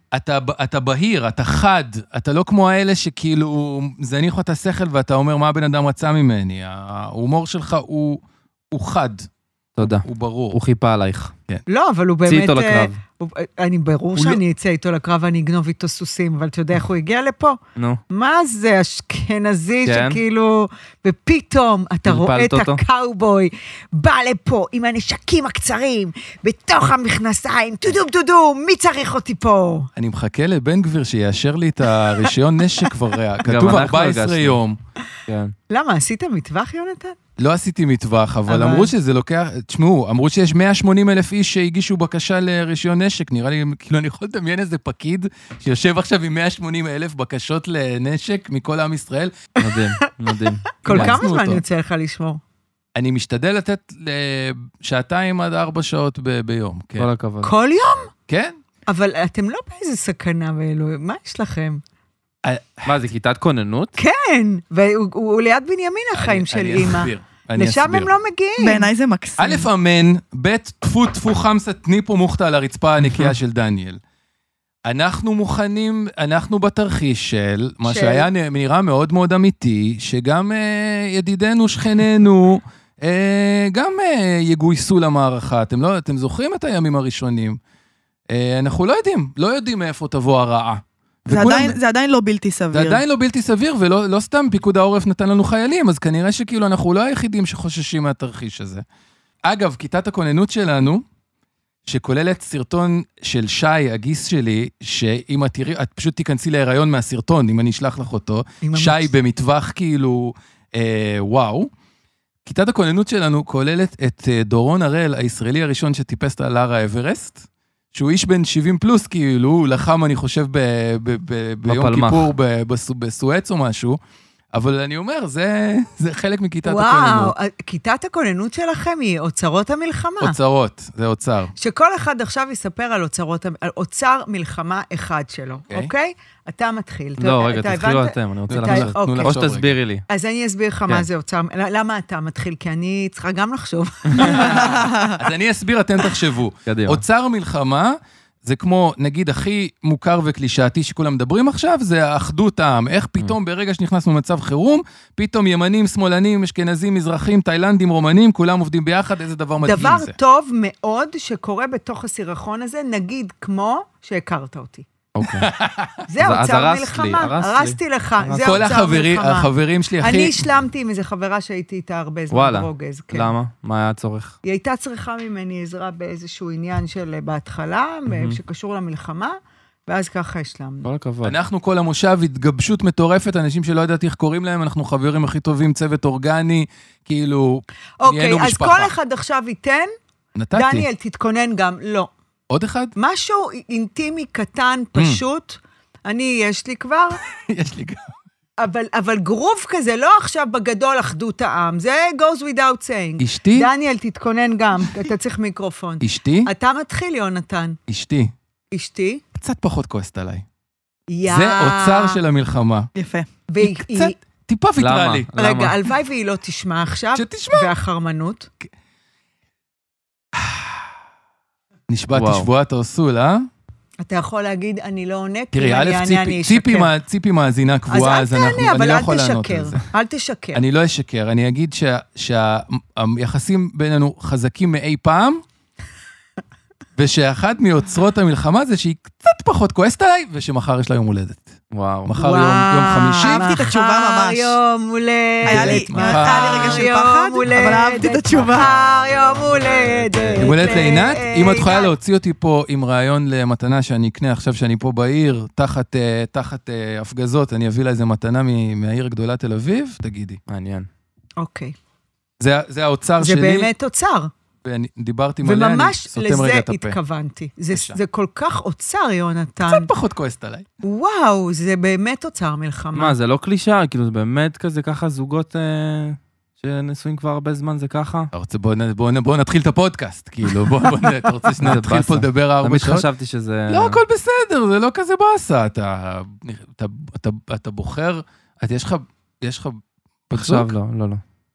אתה בהיר, אתה חד, אתה לא כמו האלה שכאילו, זניח לך את השכל ואתה אומר, מה הבן אדם רצה ממני? ההומור שלך הוא חד. תודה. הוא ברור. הוא חיפה עלייך. לא, אבל הוא באמת... ציא איתו לקרב. אני ברור שאני אצא איתו לקרב ואני אגנוב איתו סוסים, אבל אתה יודע איך הוא הגיע לפה? נו. מה זה אשכנזי שכאילו... ופתאום אתה רואה את הקאובוי, בא לפה עם הנשקים הקצרים, בתוך המכנסיים, טודום טודום, מי צריך אותי פה? אני מחכה לבן גביר שיאשר לי את הרישיון נשק כבר, כתוב ארבעה עשר יום. למה, עשית מטווח, יונתן? לא עשיתי מטווח, אבל אמרו שזה לוקח, תשמעו, אמרו שיש מאה ושמונים אלף איש שהגישו בקשה לרישיון נשק, נראה לי, כאילו אני יכול לדמיין איזה פקיד שיושב עכשיו עם מאה ושמונים אלף בקשות לנשק מכל עם ישראל. מדהים, מדהים. כל כמה זמן יוצא לך לשמור? אני משתדל לתת שעתיים עד ארבע שעות ביום. כל הכבוד. כל יום? כן. אבל אתם לא באיזה סכנה באלוהים, מה יש לכם? מה, זה כיתת כוננות? כן, והוא ליד בנימין החיים של אימא. לשם הם לא מגיעים. בעיניי זה מקסים. א' אמן, ב' תפו תפו חמסה תניפו מוכתה על הרצפה הנקייה של דניאל. אנחנו מוכנים, אנחנו בתרחיש של, מה שהיה נראה מאוד מאוד אמיתי, שגם ידידנו, שכננו, גם יגויסו למערכה. אתם לא, אתם זוכרים את הימים הראשונים? אנחנו לא יודעים, לא יודעים מאיפה תבוא הרעה. זה עדיין, זה עדיין לא בלתי סביר. זה עדיין לא בלתי סביר, ולא לא סתם פיקוד העורף נתן לנו חיילים, אז כנראה שכאילו אנחנו לא היחידים שחוששים מהתרחיש הזה. אגב, כיתת הכוננות שלנו, שכוללת סרטון של שי, הגיס שלי, שאם את תראי, את פשוט תיכנסי להיריון מהסרטון, אם אני אשלח לך אותו, שי במטווח כאילו, אה, וואו. כיתת הכוננות שלנו כוללת את דורון הראל, הישראלי הראשון שטיפס על הר האברסט, שהוא איש בן שבעים פלוס, כאילו, הוא לחם, אני חושב, ב- ב- ב- ביום כיפור בסואץ או משהו, אבל אני אומר, זה, זה חלק מכיתת וואו, הכוננות. וואו, כיתת הכוננות שלכם היא אוצרות המלחמה. אוצרות, זה אוצר. שכל אחד עכשיו יספר על אוצרות, על אוצר מלחמה אחד שלו, אוקיי? אתה מתחיל. לא, רגע, תתחילו אתם, אני רוצה לחשוב. או שתסבירי לי. אז אני אסביר לך מה זה אוצר, למה אתה מתחיל? כי אני צריכה גם לחשוב. אז אני אסביר, אתם תחשבו. אוצר מלחמה, זה כמו, נגיד, הכי מוכר וקלישאתי שכולם מדברים עכשיו, זה האחדות העם. איך פתאום ברגע שנכנסנו למצב חירום, פתאום ימנים, שמאלנים, אשכנזים, מזרחים, תאילנדים, רומנים, כולם עובדים ביחד, איזה דבר מדהים זה. דבר טוב מאוד שקורה בתוך הסירחון הזה, נגיד כמו שהכרת אותי. אוקיי. זה אוצר מלחמה, הרסתי לך, זה כל אוצר מלחמה. החברים שלי הכי... אני השלמתי עם איזו חברה שהייתי איתה הרבה זמן ברוגז. למה? מה היה הצורך? היא הייתה צריכה ממני עזרה באיזשהו עניין של בהתחלה, שקשור למלחמה, ואז ככה השלמנו. כל הכבוד. אנחנו כל המושב, התגבשות מטורפת, אנשים שלא יודעת איך קוראים להם, אנחנו חברים הכי טובים, צוות אורגני, כאילו, נהיינו משפחה. אוקיי, אז כל אחד עכשיו ייתן, נתתי. דניאל, תתכונן גם, לא. עוד אחד? משהו אינטימי, קטן, פשוט. אני, יש לי כבר. יש לי גם. אבל, אבל גרוף כזה, לא עכשיו בגדול אחדות העם. זה goes without saying. אשתי? דניאל, תתכונן גם, אתה צריך מיקרופון. אשתי? אתה מתחיל, יונתן. אשתי. אשתי? קצת פחות כועסת עליי. יא. זה אוצר של המלחמה. יפה. היא קצת, טיפה ויתרה לי. רגע, הלוואי והיא לא תשמע עכשיו. שתשמע. והחרמנות. נשבעתי שבועת הרסול, אה? אתה יכול להגיד, אני לא עונה, תראי, א', ציפי מאזינה קבועה, אז אני לא יכול לענות על זה. אל תשקר. אני לא אשקר, אני אגיד שהיחסים בינינו חזקים מאי פעם, ושאחד מאוצרות המלחמה זה שהיא קצת פחות כועסת עליי, ושמחר יש לה יום הולדת. וואו. מחר יום חמישי. אהבתי את התשובה ממש. מחר יום הולדת. היה לי רגע של פחד, אבל אהבתי את התשובה. מחר יום הולדת. יום הולדת לעינת, אם את יכולה להוציא אותי פה עם רעיון למתנה שאני אקנה עכשיו שאני פה בעיר, תחת הפגזות, אני אביא לה איזה מתנה מהעיר הגדולה תל אביב, תגידי. מעניין. אוקיי. זה האוצר שלי. זה באמת אוצר. ואני דיברתי מלא, אני סותם רגע את הפה. וממש לזה התכוונתי. זה כל כך אוצר, יונתן. קצת פחות כועסת עליי. וואו, זה באמת אוצר מלחמה. מה, זה לא קלישה? כאילו, זה באמת כזה ככה זוגות שנשואים כבר הרבה זמן, זה ככה? בואו נתחיל את הפודקאסט, כאילו, בואו, אתה רוצה שנתחיל פה לדבר ארבע שעות? תמיד חשבתי שזה... לא, הכל בסדר, זה לא כזה באסה. אתה בוחר, יש לך... עכשיו לא, לא, לא.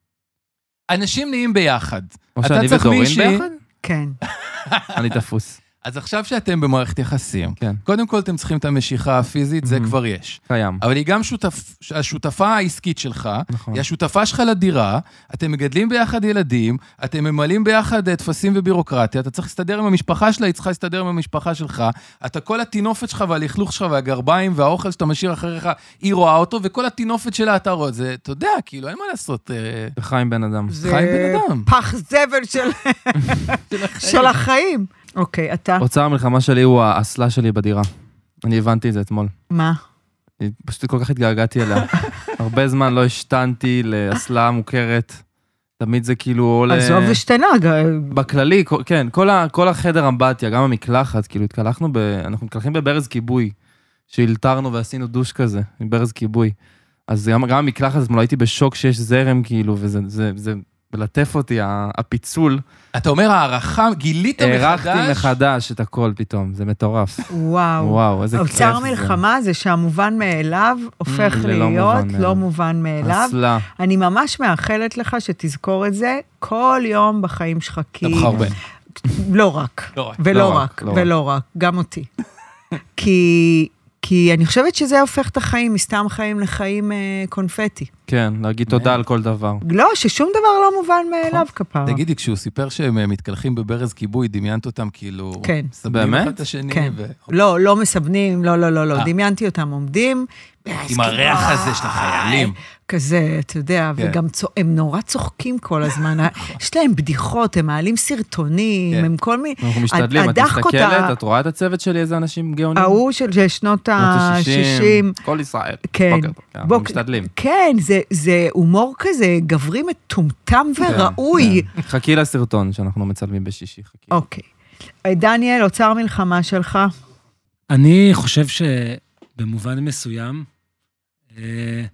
אנשים נהיים ביחד. או שאני ודורין ביחד? כן. אני תפוס. אז עכשיו שאתם במערכת יחסים, כן. קודם כל אתם צריכים את המשיכה הפיזית, זה כבר יש. קיים. אבל היא גם שותפ, השותפה העסקית שלך, נכון. היא השותפה שלך לדירה, אתם מגדלים ביחד ילדים, אתם ממלאים ביחד תפסים ובירוקרטיה, אתה צריך להסתדר עם המשפחה שלה, היא צריכה להסתדר עם המשפחה שלך, אתה כל התינופת שלך והלכלוך שלך והגרביים והאוכל שאתה משאיר אחריך, היא רואה אותו, וכל התינופת שלה אתה רואה, זה, אתה יודע, כאילו, אין מה לעשות. זה חיים בן אדם. זה חיים בן אדם. פח זבל של, של החיים. אוקיי, אתה? אוצר המלחמה שלי הוא האסלה שלי בדירה. אני הבנתי את זה אתמול. מה? פשוט כל כך התגעגעתי אליה. הרבה זמן לא השתנתי לאסלה מוכרת. תמיד זה כאילו... עזוב ושתנה. בכללי, כן, כל החדר אמבטיה, גם המקלחת, כאילו התקלחנו, אנחנו מתקלחים בברז כיבוי, שהלתרנו ועשינו דוש כזה, עם ברז כיבוי. אז גם המקלחת, אתמול הייתי בשוק שיש זרם, כאילו, וזה... ולטף אותי, הפיצול. אתה אומר, הערכה, גילית מחדש? הערכתי מחדש את הכל פתאום, זה מטורף. וואו. וואו, איזה כיף זה. אוצר מלחמה זה שהמובן מאליו הופך להיות לא מובן מאליו. אסלה. אני ממש מאחלת לך שתזכור את זה כל יום בחיים שלך. תבחר הרבה. לא רק. ולא רק, ולא רק, גם אותי. כי... כי אני חושבת שזה הופך את החיים, מסתם חיים לחיים אה, קונפטי. כן, להגיד תודה על כל דבר. לא, ששום דבר לא מובן מאליו כפרה. תגידי, כשהוא סיפר שהם מתקלחים בברז כיבוי, דמיינת אותם כאילו... כן. סבנים אחד את השני? כן. לא, לא מסבנים, לא, לא, לא, לא. דמיינתי אותם עומדים. עם הריח הזה של החיילים. כזה, אתה יודע, וגם הם נורא צוחקים כל הזמן. יש להם בדיחות, הם מעלים סרטונים, הם כל מיני... אנחנו משתדלים, את מסתכלת, את רואה את הצוות שלי, איזה אנשים גאונים? ההוא של שנות ה-שישים. כל ישראל. כן. אנחנו משתדלים. כן, זה הומור כזה, גברי מטומטם וראוי. חכי לסרטון שאנחנו מצלמים בשישי, חכי. אוקיי. דניאל, אוצר מלחמה שלך? אני חושב שבמובן מסוים,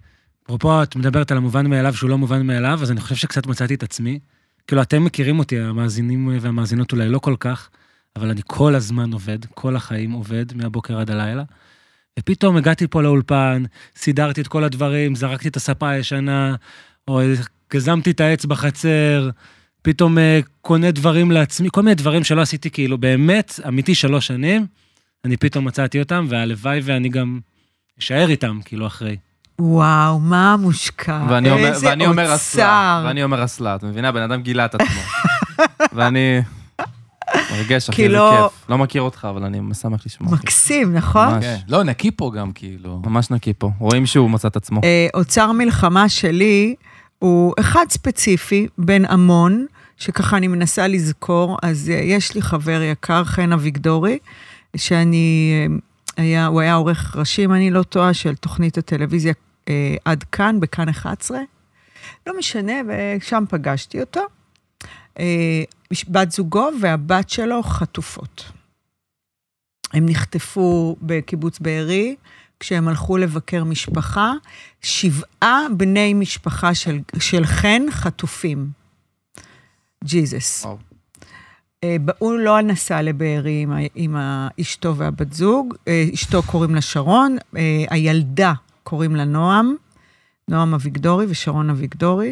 אפרופו, את מדברת על המובן מאליו שהוא לא מובן מאליו, אז אני חושב שקצת מצאתי את עצמי. כאילו, אתם מכירים אותי, המאזינים והמאזינות אולי לא כל כך, אבל אני כל הזמן עובד, כל החיים עובד, מהבוקר עד הלילה. ופתאום הגעתי פה לאולפן, סידרתי את כל הדברים, זרקתי את הספה הישנה, או גזמתי את העץ בחצר, פתאום קונה דברים לעצמי, כל מיני דברים שלא עשיתי כאילו, באמת, אמיתי שלוש שנים, אני פתאום מצאתי אותם, והלוואי ואני גם אשאר איתם, כאילו, אחרי. וואו, מה מושקע, איזה אוצר. ואני אומר אסלה, את מבינה? בן אדם גילה את עצמו. ואני מרגש, אחי, זה כיף. לא מכיר אותך, אבל אני משמח לשמוע. מקסים, נכון? לא, נקי פה גם, כאילו. ממש נקי פה. רואים שהוא מצא את עצמו. אוצר מלחמה שלי, הוא אחד ספציפי, בין המון, שככה אני מנסה לזכור, אז יש לי חבר יקר, חן אביגדורי, שאני, היה, הוא היה עורך ראשי, אם אני לא טועה, של תוכנית הטלוויזיה אה, עד כאן, בכאן אחת עשרה. לא משנה, ושם פגשתי אותו. אה, בת זוגו והבת שלו חטופות. הם נחטפו בקיבוץ בארי, כשהם הלכו לבקר משפחה, שבעה בני משפחה של, של חן חטופים. ג'יזוס. וואו. הוא לא נסע לבארי עם, עם אשתו והבת זוג, אשתו קוראים לה שרון, הילדה קוראים לה נועם, נועם אביגדורי ושרון אביגדורי.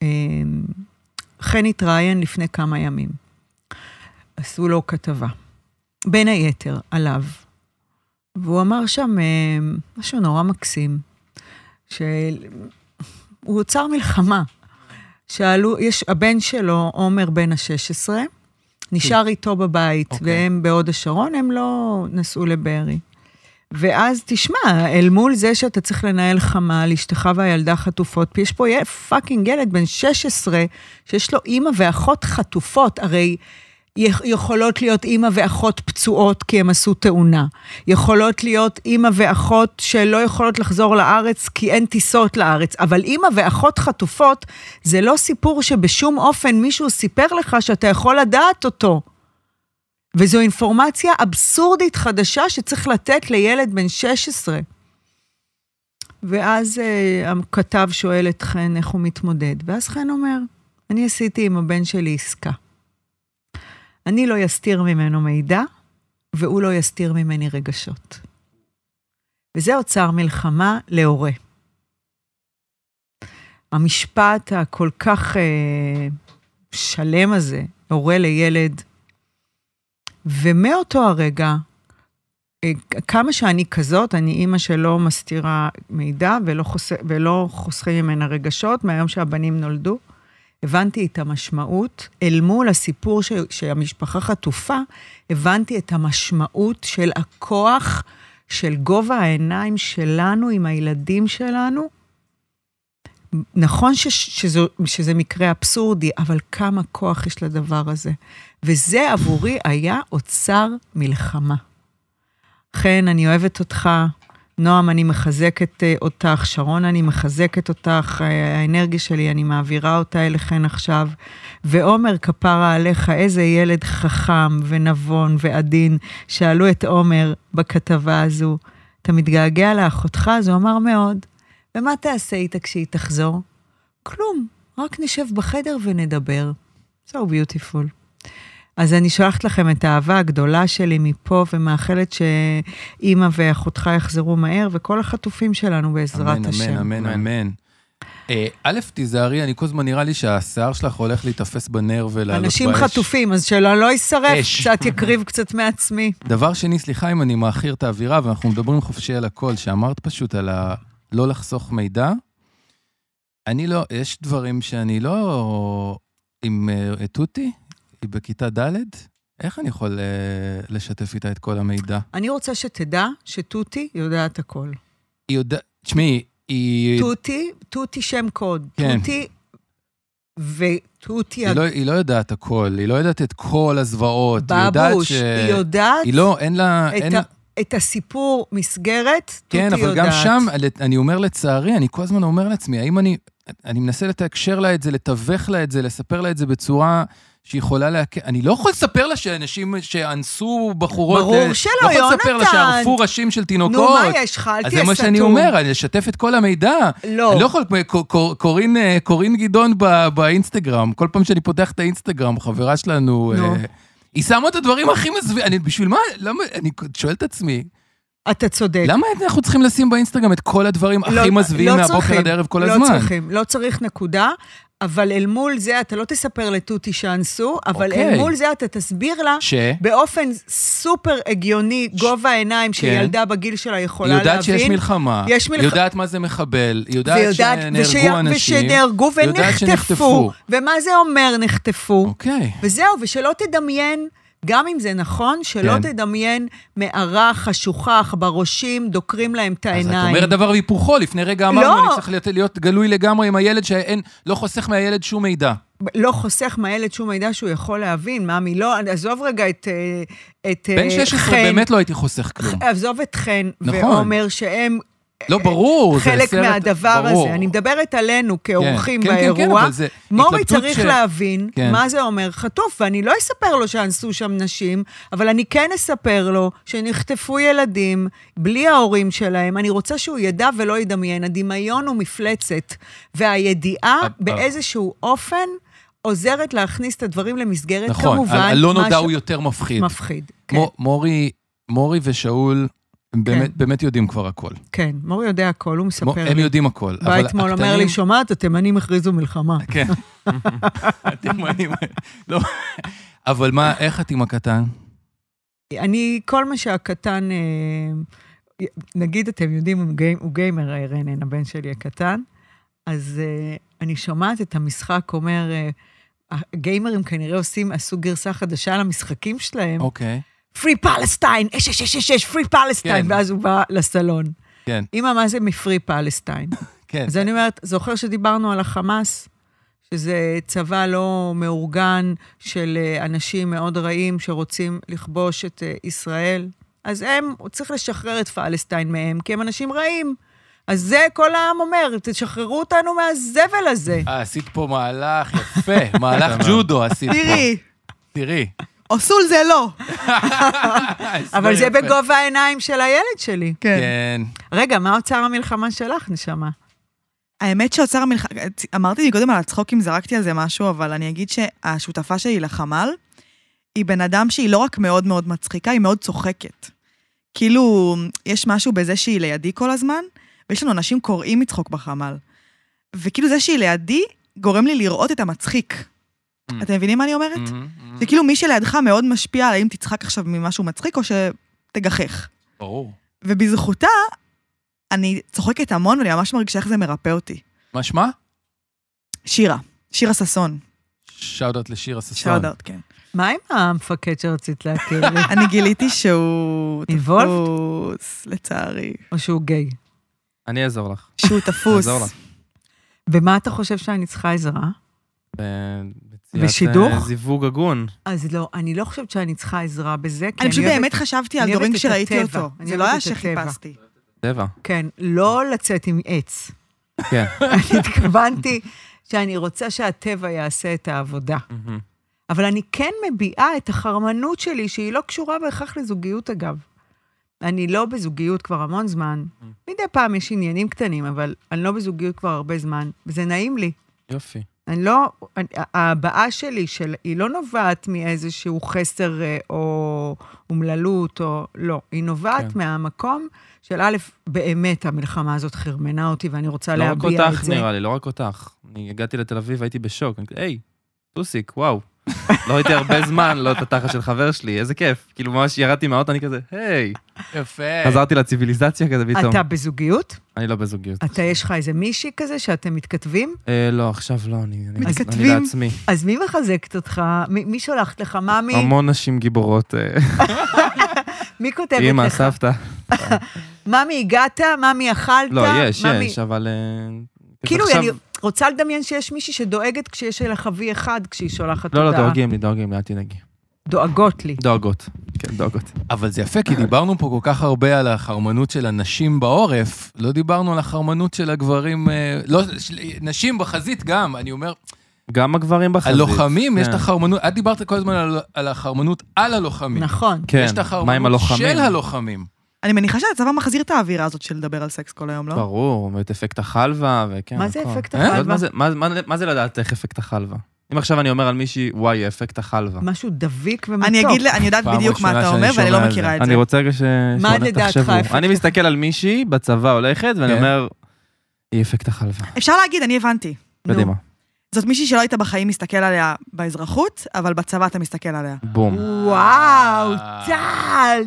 חן התראיין לפני כמה ימים. עשו לו כתבה, בין היתר עליו. והוא אמר שם משהו נורא מקסים, שהוא אוצר מלחמה. שאלו, יש, הבן שלו, עומר בן ה-שש עשרה, נשאר איתו בבית, okay. והם בעוד השרון, הם לא נסעו לבארי. ואז תשמע, אל מול זה שאתה צריך לנהל חמ"ל, אשתך והילדה חטופות, יש פה פאקינג ילד בן שש עשרה, שיש לו אמא ואחות חטופות, הרי יכולות להיות אמא ואחות פצועות, כי הם עשו תאונה. יכולות להיות אמא ואחות שלא יכולות לחזור לארץ, כי אין טיסות לארץ. אבל אמא ואחות חטופות, זה לא סיפור שבשום אופן מישהו סיפר לך שאתה יכול לדעת אותו. וזו אינפורמציה אבסורדית חדשה שצריך לתת לילד בן שש עשרה. ואז אה, הכתב שואל את חן איך הוא מתמודד. ואז חן אומר, אני עשיתי עם הבן שלי עסקה. אני לא יסתיר ממנו מידע, והוא לא יסתיר ממני רגשות. וזה אוצר מלחמה להורה. המשפט הכל כך אה, שלם הזה, הורה לילד, ומאותו הרגע, אה, כמה שאני כזאת, אני אימא שלא מסתירה מידע, ולא, חוס... ולא חוסכים ממנה רגשות, מהיום שהבנים נולדו, הבנתי את המשמעות, אל מול הסיפור ש... שהמשפחה חטופה, הבנתי את המשמעות של הכוח, של גובה העיניים שלנו עם הילדים שלנו. נכון ש... שזו... שזה מקרה אבסורדי, אבל כמה כוח יש לדבר הזה. וזה עבורי היה אוצר מלחמה. כן, אני אוהבת אותך, נועם, אני מחזקת אותך, שרון, אני מחזקת אותך, האנרגיה שלי, אני מעבירה אותה אליכן עכשיו, ועומר כפרה עליך, איזה ילד חכם ונבון ועדין, שאלו את עומר בכתבה הזו, אתה מתגעגע לאחותך? אז הוא אמר מאוד, ומה תעשה איתה כשהיא תחזור? כלום, רק נשב בחדר ונדבר. So beautiful. אז אני שולחת לכם את האהבה הגדולה שלי מפה, ומאחלת שאימא ואחותך יחזרו מהר, וכל החטופים שלנו בעזרת השם. אמן, אמן, אמן. א', תיזהרי, אני כל הזמן נראה לי שהשיער שלך הולך להתאפס בנר ולעלות באש. אנשים חטופים, אז שלא לא יישרף, קצת יקריב קצת מעצמי. דבר שני, סליחה אם אני מאחיר את האווירה, ואנחנו מדברים חופשי על הכל, שאמרת פשוט על ה... לא לחסוך מידע. אני לא, יש דברים שאני לא... עם תותי, היא בכיתה ד', איך אני יכול לשתף איתה את כל המידע? אני רוצה שתדע שטוטי יודעת הכל. היא יודעת, תשמעי, היא... טוטי, טוטי שם קוד. כן. טוטי וטוטי... היא לא, היא לא יודעת הכל, היא לא יודעת את כל הזוועות. בבוש, היא יודעת... היא יודעת... היא לא, אין לה... את, אין... ה, את הסיפור מסגרת, טוטי יודעת. כן, אבל גם שם, אני אומר לצערי, אני כל הזמן אומר לעצמי, האם אני... אני מנסה לתקשר לה את זה, לתווך לה את זה, לספר לה את זה בצורה שיכולה להקל, אני לא יכול לספר לה שאנשים שאנסו בחורות, ברור שלא, לא יכול יונתן. לספר לה שערפו ראשים של תינוקות. נו, מה יש לך? אל תהיה אז זה מה שאני סתום. אומר, אני אשתף את כל המידע. לא. אני לא יכול, קורין, קורין גדעון באינסטגרם, כל פעם שאני פותח את האינסטגרם, חברה שלנו, נו. היא שמה את הדברים הכי מזווים, אני בשביל מה, למה, אני שואל את עצמי, אתה צודק. למה אנחנו צריכים לשים באינסטגרם את כל הדברים לא, הכי מזווים לא מהבוקר צריכים, עד הערב כל לא הזמן? לא צריכים, לא צריך נקודה, אבל אל מול זה, אתה לא תספר לתותי שאנסו, אבל אוקיי. אל מול זה אתה תסביר לה, ש? באופן סופר הגיוני, גובה העיניים שילדה בגיל שלה יכולה היא להבין. יודעת שיש מלחמה, יש מלח- היא יודעת מה זה מחבל, היא יודעת ויודעת- שנהרגו ושי- אנשים, ושנהרגו היא יודעת ונחטפו. שנחטפו. ומה זה אומר נחטפו? אוקיי. וזהו, ושלא תדמיין, גם אם זה נכון, שלא כן. תדמיין מערה חשוכה, בראשים, דוקרים להם את אז העיניים. את אומרת דבר והיפוכו, לפני רגע אמרנו, לא. אני צריך להיות, להיות גלוי לגמרי עם הילד, שאין, לא חוסך מהילד שום מידע. לא חוסך מהילד שום מידע שהוא יכול להבין, מאמי, לא, עזוב רגע את, את בן שש עשרה חן, באמת לא הייתי חוסך כלום. עזוב את חן, נכון. ועומר שהם לא, ברור. זה חלק סרט- מהדבר ברור. הזה. אני מדברת עלינו כאורחים כן, כן, כן, באירוע. אבל זה מורי התלבטות צריך ש- להבין כן. מה זה אומר חטוף, ואני לא אספר לו שאנסו שם נשים, אבל אני כן אספר לו שנחטפו ילדים בלי ההורים שלהם. אני רוצה שהוא ידע ולא ידמיין. הדמיון הוא מפלצת, והידיעה אה, באיזשהו אופן עוזרת להכניס את הדברים למסגרת, נכון, כמובן. הלא נודע משהו- הוא יותר מפחיד. מפחיד, כן. מו- מורי, מורי ושאול, הם באמת, כן. באמת יודעים כבר הכל. כן, מורי יודע הכל, הוא מו- מספר לי. הם יודעים הכל. בא אבל אתמול אומר הקטנים- לי, שומעת, התימנים הכריזו מלחמה. כן. התימנים, לא. אבל מה, איך את עם הקטן? אני, כל מה שהקטן, אה, נגיד, אתם יודעים, הוא, גי, הוא גיימר, רנן, הבן שלי הקטן, אז אה, אני שומעת את המשחק, אומר, אה, הגיימרים כנראה עושים, עשו גרסה חדשה למשחקים שלהם, אוקיי. פרי פלסטיין, אש, אש, אש, אש, אש, פרי פלסטיין, כן. ואז הוא בא לסלון. כן, אמא, מה זה מפרי פלסטיין? כן. אז אני אומרת, זוכר שדיברנו על החמאס, שזה צבא לא מאורגן של אנשים מאוד רעים שרוצים לכבוש את ישראל, אז הם, הוא צריך לשחרר את פלסטיין מהם, כי הם אנשים רעים. אז זה כל העם אומר, תשחררו אותנו מהזבל הזה. אה, עשית פה מהלך יפה, מהלך ג'ודו עשית פה. תראי, תראי. אוסול זה לא. אבל זה יפה. בגובה העיניים של הילד שלי. כן. כן. רגע, מה אוצר המלחמה שלך, נשמה? האמת שאוצר המלחמה, אמרתי לי קודם על הצחוקים, זרקתי על זה משהו, אבל אני אגיד שהשותפה שלי לחמ"ל, היא בן אדם שהיא לא רק מאוד מאוד מצחיקה, היא מאוד צוחקת. כאילו, יש משהו בזה שהיא לידי כל הזמן, ויש לנו אנשים קוראים מצחוק בחמ"ל. וכאילו זה שהיא לידי, גורם לי לראות את המצחיק. אתם מבינים מה אני אומרת? זה כאילו מי שלידך מאוד משפיע על האם תצחק עכשיו ממשהו מצחיק, או שתגחך. ברור. ובזכותה, אני צוחקת המון, ואני ממש מרגישה איך זה מרפא אותי. מה שמה? שירה. שירה ססון. שאוט לשירה ששון. שאוט-אוט, כן. מה עם המפקד שרצית להכיר לי? אני גיליתי שהוא Involved? תפוס, לצערי. או שהוא גיי? אני אעזור לך. שהוא תפוס. אעזור לך. במה אתה חושב שאני צריכה עזרה? ב- בציית, בשידוך? אה, זיווג הגון. אז לא, אני לא חושבת שאני צריכה עזרה בזה, כי אני פשוט אוהבת- באמת חשבתי על אני דורין אוהבת את כשראיתי הטבע. אותו. אני זה לא אוהבת היה את הטבע. שחיפשתי. טבע. כן, לא לצאת עם עץ. כן. אני התכוונתי שאני רוצה שהטבע יעשה את העבודה. מהמם. אבל אני כן מביעה את החרמנות שלי, שהיא לא קשורה בהכרח לזוגיות אגב. אני לא בזוגיות כבר המון זמן. מדי פעם יש עניינים קטנים, אבל אני לא בזוגיות כבר הרבה זמן, וזה נעים לי. יופי. אני לא, אני- ההבעה שלי, של, היא לא נובעת מאיזשהו חסר אה, או אומללות, או לא. היא נובעת כן. מהמקום של א', באמת המלחמה הזאת חרמנה אותי, ואני רוצה לא רק להביע את אותך זה. נראה לי, לא רק אותך. אני הגעתי לתל אביב, הייתי בשוק. אני כזה, היי, טוסיק, וואו. לא הייתי הרבה זמן, לא את התחת של חבר שלי, איזה כיף. כאילו ממש ירדתי מהאוטו, אני כזה, היי. יפה. חזרתי לציוויליזציה כזה פתאום. אתה בזוגיות? אני לא בזוגיות. אתה, יש לך איזה מישהי כזה שאתם מתכתבים? אה, לא, עכשיו לא, אני אני- מתכתבים? אני לעצמי. אז מי מחזקת אותך? מי, מי שולחת לך? ממי? המון נשים גיבורות. אה, מי כותבת אמא, לך? סבתא. ממי, הגעת? ממי, אכלת? לא, יש, ממי- יש, אבל... אה, כאילו, עכשיו- אני רוצה לדמיין שיש מישהי שדואגת כשיש לך וי אחד, כשהיא שולחת לא, לא, הודעה. דואגים לי, דואגים לי, אל תדאגי. דואגות לי. דואגות. כן, דואגות. אבל זה יפה, כי דיברנו פה כל כך הרבה על החרמנות של הנשים בעורף, לא דיברנו על החרמנות של הגברים, אה, לא, של, נשים בחזית גם, אני אומר, גם הגברים בחזית. הלוחמים, יש את החרמנות, את דיברת כל הזמן על החרמנות על הלוחמים. נכון. יש את החרמנות של הלוחמים. אני מניחה שהצבא מחזיר את האווירה הזאת של לדבר על סקס כל היום, לא? ברור, ואת אפקט החלבה, וכן. מה זה אפקט החלבה? מה זה לדעת איך אפקט החלבה? אם עכשיו אני אומר על מישהי, וואי, אפקט החלבה. משהו דביק ומתוק. אני אגיד, אני יודעת בדיוק מה אתה אומר, ואני לא מכירה את זה. אני רוצה רגע שתחשבו. אני מסתכל על מישהי בצבא הולכת, ואני אומר, היא אפקט החלבה. אפשר להגיד, אני הבנתי. קדימה. זאת מישהי שלא היית בחיים מסתכל עליה באזרחות, אבל בצבא אתה מסתכל עליה. בום. וואו, טל,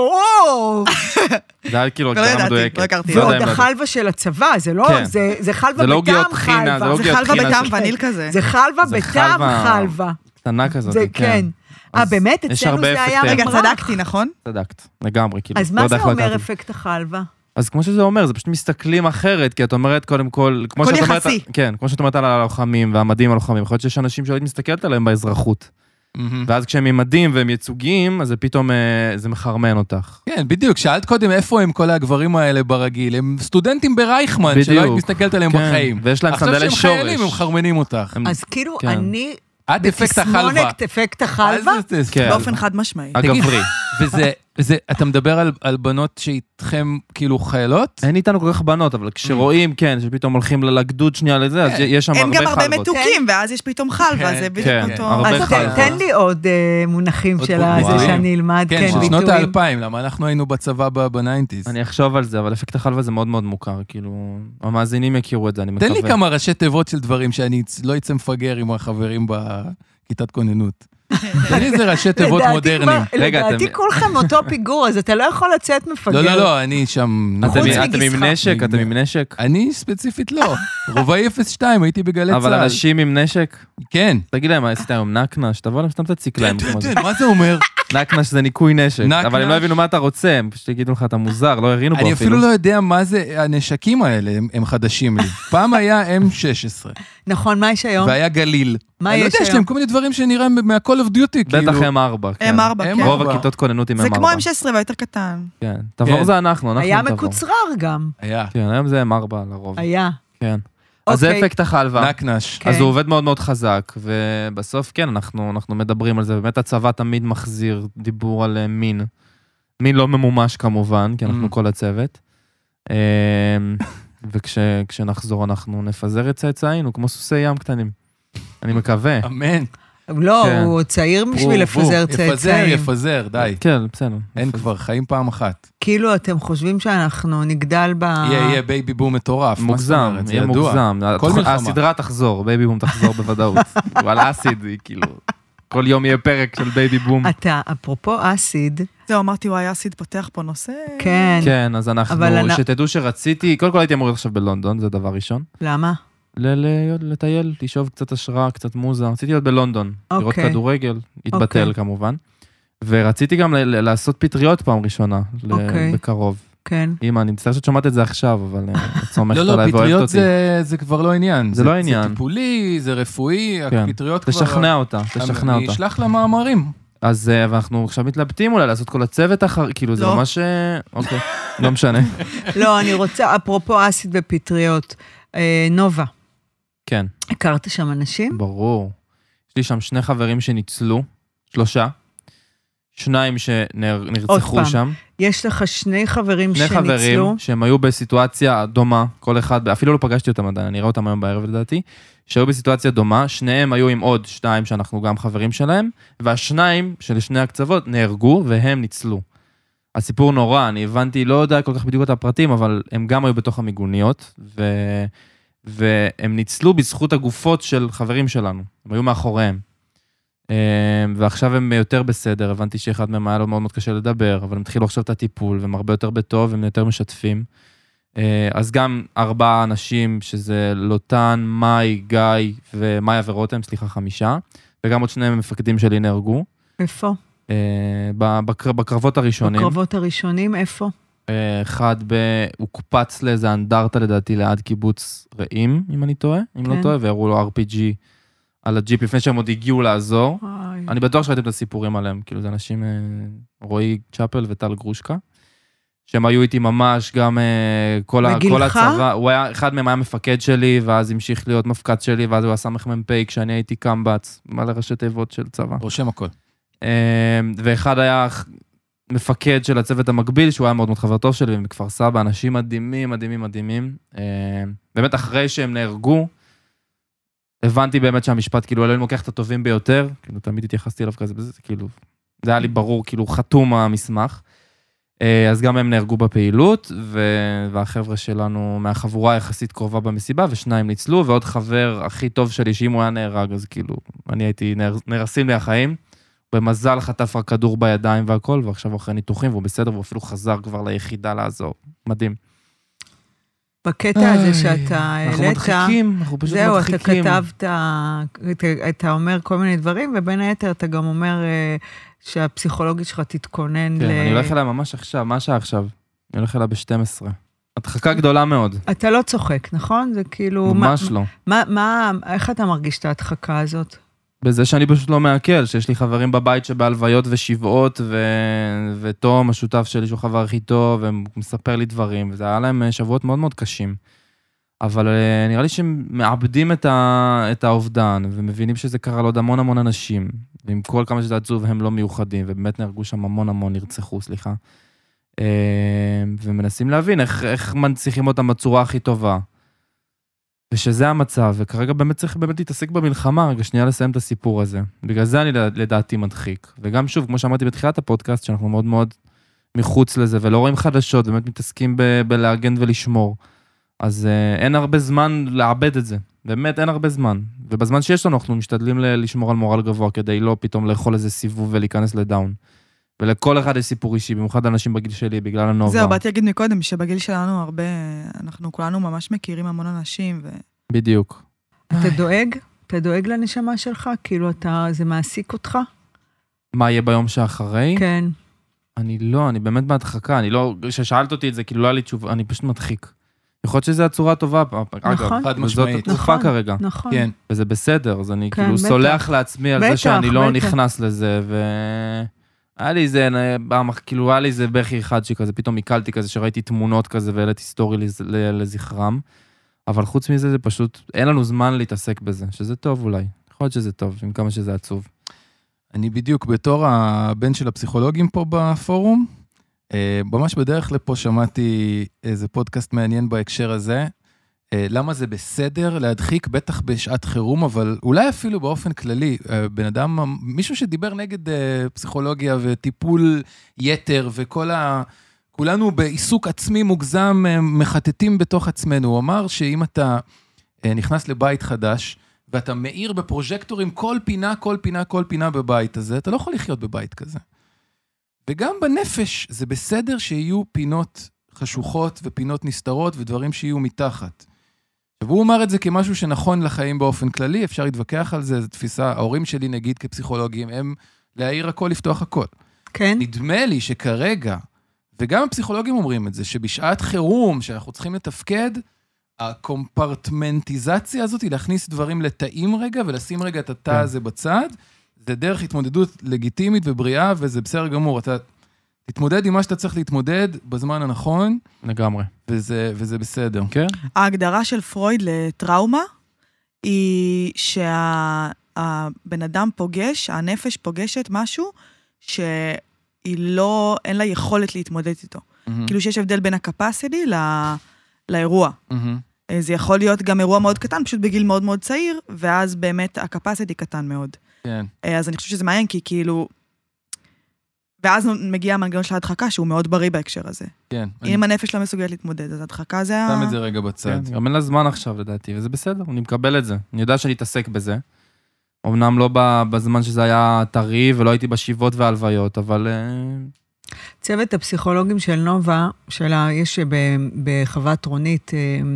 טוב. זה היה כאילו הגדרה מדויקת. ועוד החלבה של הצבא, זה לא, זה חלבה בטעם חלבה. זה חלבה בטעם וניל כזה. זה חלבה בטעם חלבה. קטנה כזאת, זה כן. אה, באמת? אצלנו זה היה רגע, צדקתי, נכון? צדקת, לגמרי. אז מה זה אומר אפקט החלבה? אז כמו שזה אומר, זה פשוט מסתכלים אחרת, כי את אומרת קודם כל... כל יחסי. כן, כמו שאת אומרת על הלוחמים והמדים הלוחמים, יכול להיות שיש אנשים שלא מסתכלת עליהם באזרחות. ואז כשהם עם מדים והם ייצוגים, אז זה פתאום, זה מחרמן אותך. כן, בדיוק, שאלת קודם איפה הם כל הגברים האלה ברגיל, הם סטודנטים ברייכמן, שלא היית מסתכלת עליהם בחיים. ויש להם סנדלי שורש. עכשיו שהם חיילים, הם מחרמנים אותך. אז כאילו, אני... עד אפקט החלבה. בתסמונת אפקט החלבה? באופן חד משמעי. הגברי. וזה, וזה, אתה מדבר על, על בנות שאיתכם כאילו חיילות? אין איתנו כל כך בנות, אבל כשרואים, כן, שפתאום הולכים לגדוד שנייה לזה, אז יש שם הרבה חלבות. הם גם הרבה מתוקים, ואז יש פתאום חלבה, זה בדיוק אותו... אז תן לי עוד מונחים של זה שאני אלמד, כן, ביטויים. כן, שנות האלפיים, למה אנחנו היינו בצבא בניינטיז. אני אחשוב על זה, אבל אפקט החלבה זה מאוד מאוד מוכר, כאילו, המאזינים יכירו את זה, אני מקווה. תן לי כמה ראשי תיבות של דברים שאני לא יצא מפגר עם החברים בכיתת כוננות. תן לי איזה ראשי תיבות מודרניים. לדעתי כולכם אותו פיגור, אז אתה לא יכול לצאת מפגר. לא, לא, לא, אני שם... אתם עם נשק? אתם עם נשק? אני ספציפית לא. רובעי אפס שתיים, הייתי בגלי צהל. אבל אנשים עם נשק? כן. תגיד להם, עשית היום נקנש, תבוא להם שאתה תציק להם כמו זה. מה זה אומר? נקנש זה ניקוי נשק, אבל הם לא הבינו מה אתה רוצה, הם פשוט יגידו לך, אתה מוזר, לא הרינו בו אפילו. אני אפילו לא יודע מה זה, הנשקים האלה, הם חדשים לי. פעם היה אם שש עשרה. נכון, מה יש היום? והיה גליל. מה יש היום? אני לא יודע, יש להם כל מיני דברים שנראה מה-Call of Duty, כאילו. בטח אם ארבע. אם ארבע, כן. רוב הכיתות כוננות עם אם ארבע. זה כמו אם שש עשרה ויותר קטן. כן, תבור זה אנחנו, אנחנו היה מקוצרר גם. היה. כן, היום זה אם ארבע לרוב. היה. כן. אז זה אפקט החלבה. נקנש. אז הוא עובד מאוד מאוד חזק, ובסוף כן, אנחנו מדברים על זה, באמת הצבא תמיד מחזיר דיבור על מין. מין לא ממומש כמובן, כי אנחנו כל הצוות. וכשנחזור אנחנו נפזר את צאצאינו, כמו סוסי ים קטנים. אני מקווה. אמן. לא, הוא צעיר בשביל לפזר צאצאים. יפזר, יפזר, די. כן, בסדר. אין כבר, חיים פעם אחת. כאילו, אתם חושבים שאנחנו נגדל ב... יהיה, יהיה בייבי בום מטורף. מוגזם, יהיה מוגזם. הסדרה תחזור, בייבי בום תחזור בוודאות. על אסיד, כאילו, כל יום יהיה פרק של בייבי בום. אתה, אפרופו אסיד... זהו, אמרתי, וואי, אסיד פותח פה נושא. כן. כן, אז אנחנו, שתדעו שרציתי, קודם כל הייתי אמור עכשיו בלונדון, זה דבר ראשון. למה? לטייל, לשאוב קצת השראה, קצת מוזה. רציתי להיות בלונדון, לראות כדורגל, התבטל כמובן. ורציתי גם לעשות פטריות פעם ראשונה, בקרוב. כן. אמא, אני מצטער שאת שומעת את זה עכשיו, אבל את סומכת עליי ואוהבת אותי. לא, לא, פטריות זה כבר לא עניין. זה לא עניין. זה טיפולי, זה רפואי, הפטריות כבר... תשכנע אותה, תשכנע אותה. אני אשלח לה מאמרים. אז אנחנו עכשיו מתלבטים אולי לעשות כל הצוות אחר, כאילו זה ממש... אוקיי, לא משנה. לא, אני רוצה, אפרופו אסיד בפטריות, נובה. כן. הכרת שם אנשים? ברור. יש לי שם שני חברים שניצלו, שלושה, שניים שנרצחו שם. יש לך שני חברים שניצלו? שני חברים שהם היו בסיטואציה דומה, כל אחד, אפילו לא פגשתי אותם עדיין, אני אראה אותם היום בערב לדעתי, שהיו בסיטואציה דומה, שניהם היו עם עוד שתיים שאנחנו גם חברים שלהם, והשניים של שני הקצוות נהרגו והם ניצלו. הסיפור נורא, אני הבנתי, לא יודע כל כך בדיוק את הפרטים, אבל הם גם היו בתוך המיגוניות, ו... והם ניצלו בזכות הגופות של חברים שלנו, הם היו מאחוריהם. ועכשיו הם יותר בסדר, הבנתי שאחד מהם היה לו מאוד מאוד קשה לדבר, אבל הם התחילו עכשיו את הטיפול, והם הרבה יותר בטוב, הם יותר משתפים. אז גם ארבעה אנשים, שזה לוטן, מאי, גיא ומאיה ורותם, סליחה, חמישה, וגם עוד שני מפקדים שלי נהרגו. איפה? בקרבות הראשונים. בקרבות הראשונים, איפה? אחד, הוא קופץ לאיזה אנדרטה לדעתי ליד קיבוץ רעים, אם אני טועה, אם לא טועה, והראו לו אר פי ג'י על הג'יפ לפני שהם עוד הגיעו לעזור. אני בטוח שראיתם את הסיפורים עליהם, כאילו זה אנשים, רועי צ'אפל וטל גרושקה. שהם היו איתי ממש, גם כל, ה, כל הצבא, הוא היה, אחד מהם היה מפקד שלי, ואז המשיך להיות מפקד שלי, ואז הוא עשה מחמם פי, כשאני הייתי קמב"ץ, מלא ראשי תיבות של צבא. רושם הכל. ואחד היה מפקד של הצוות המקביל, שהוא היה מאוד מאוד חבר טוב שלי, ומכפר סבא, אנשים מדהימים, מדהימים, מדהימים. באמת, אחרי שהם נהרגו, הבנתי באמת שהמשפט, כאילו, אלוהים לוקח את הטובים ביותר, כאילו, תמיד התייחסתי אליו כזה, בזה, כאילו, זה היה לי ברור, כאילו, חתום המסמך. אז גם הם נהרגו בפעילות, והחבר'ה שלנו מהחבורה יחסית קרובה במסיבה, ושניים ניצלו, ועוד חבר הכי טוב שלי, שאם הוא היה נהרג, אז כאילו, אני הייתי נהרסים לי החיים, במזל חטף רק כדור בידיים והכל, ועכשיו הוא אחרי ניתוחים, והוא בסדר, והוא אפילו חזר כבר ליחידה לעזור. מדהים. בקטע הזה שאתה העלית, אנחנו מדחיקים, אנחנו פשוט זהו, מדחיקים. אתה כתבת, אתה אומר כל מיני דברים, ובין היתר אתה גם אומר שהפסיכולוגית שלך תתכונן כן, ל... אני הולך אליה ממש עכשיו, מה שעה עכשיו? אני הולך אליה ב-שתים עשרה. הדחקה גדולה מאוד. אתה לא צוחק, נכון? זה כאילו... ממש לא. מה, מה, איך אתה מרגיש את ההדחקה הזאת? בזה שאני פשוט לא מעכל, שיש לי חברים בבית שבהלוויות ושבעות, ו... ותום, השותף שלי שהוא חבר הכי טוב, והם מספר לי דברים, וזה היה להם שבועות מאוד מאוד קשים. אבל נראה לי שהם מאבדים את, ה... את האובדן, ומבינים שזה קרה לעוד המון המון אנשים, ועם כל כמה שזה עצוב, הם לא מיוחדים, ובאמת נהרגו שם המון המון, נרצחו, סליחה. ומנסים להבין איך, איך מנציחים אותם בצורה הכי טובה. ושזה המצב, וכרגע באמת צריך באמת להתעסק במלחמה, רגע שנייה לסיים את הסיפור הזה. בגלל זה אני לדעתי מדחיק. וגם שוב, כמו שאמרתי בתחילת הפודקאסט, שאנחנו מאוד מאוד מחוץ לזה, ולא רואים חדשות, באמת מתעסקים ב- בלהגן ולשמור. אז אה, אין הרבה זמן לעבד את זה. באמת אין הרבה זמן. ובזמן שיש לנו, אנחנו משתדלים ל- לשמור על מורל גבוה, כדי לא פתאום לאכול איזה סיבוב ולהיכנס לדאון. ולכל אחד יש סיפור אישי, במיוחד אנשים בגיל שלי, בגלל הנובה. זהו, באתי להגיד מקודם, שבגיל שלנו הרבה, אנחנו כולנו ממש מכירים המון אנשים. ו... בדיוק. אתה דואג? אתה דואג לנשמה שלך? כאילו אתה, זה מעסיק אותך? מה יהיה ביום שאחרי? כן. אני לא, אני באמת בהדחקה, אני לא, כששאלת אותי את זה, כאילו לא היה לי תשובה, אני פשוט מדחיק. יכול להיות שזו הצורה הטובה, נכון. אגב, וזאת התקופה כרגע. נכון. כן. וזה בסדר, אז אני כן, כאילו בטח. סולח לעצמי על בטח, זה שאני לא בטח. נכנס לזה, ו... היה לי זה, כאילו היה לי זה בכי אחד שכזה, פתאום עיקלתי כזה, שראיתי תמונות כזה, והעליתי סטורי לזכרם, אבל חוץ מזה זה פשוט, אין לנו זמן להתעסק בזה, שזה טוב אולי, יכול להיות שזה טוב, עם כמה שזה עצוב. אני בדיוק בתור הבן של הפסיכולוגים פה בפורום, ממש בדרך לפה שמעתי איזה פודקאסט מעניין בהקשר הזה, למה זה בסדר להדחיק, בטח בשעת חירום, אבל אולי אפילו באופן כללי, בן אדם, מישהו שדיבר נגד פסיכולוגיה וטיפול יתר וכל ה... כולנו בעיסוק עצמי מוגזם מחטטים בתוך עצמנו. הוא אמר שאם אתה נכנס לבית חדש, ואתה מאיר בפרוז'קטורים כל פינה, כל פינה, כל פינה בבית הזה, אתה לא יכול לחיות בבית כזה. וגם בנפש זה בסדר שיהיו פינות חשוכות ופינות נסתרות ודברים שיהיו מתחת. והוא אומר את זה כמשהו שנכון לחיים באופן כללי, אפשר להתווכח על זה, זו תפיסה, ההורים שלי נגיד כפסיכולוגים, הם להעיר הכל, לפתוח הכל. כן. נדמה לי שכרגע, וגם הפסיכולוגים אומרים את זה, שבשעת חירום, שאנחנו צריכים לתפקד, הקומפרטמנטיזציה הזאת היא להכניס דברים לתאים רגע, ולשים רגע את התא הזה בצד, זה דרך התמודדות לגיטימית ובריאה, וזה בסדר גמור, אתה תתמודד עם מה שאתה צריך להתמודד בזמן הנכון. לגמרי. וזה, וזה בסדר. כן? ההגדרה של פרויד לטראומה, היא שהבן אדם פוגש, הנפש פוגשת משהו, שהיא לא, אין לה יכולת להתמודד איתו. Mm-hmm. כאילו שיש הבדל בין הקפסיטי לא, לאירוע. Mm-hmm. זה יכול להיות גם אירוע מאוד קטן, פשוט בגיל מאוד מאוד צעיר, ואז באמת הקפסיטי קטן מאוד. כן. אז אני חושב שזה מעניין, כי כאילו... ואז מגיע המנגנון של ההדחקה, שהוא מאוד בריא בהקשר הזה. כן. אם הנפש לא מסוגלת להתמודד, אז ההדחקה זה... שם את זה רגע בצד. גם אין לה זמן עכשיו לדעתי, וזה בסדר, אני מקבל את זה. אני יודע שאני אתעסק בזה. אמנם לא בזמן שזה היה טרי, ולא הייתי בשיבות והלוויות, אבל... צוות הפסיכולוגים של נובה, שלה יש בחוות רונית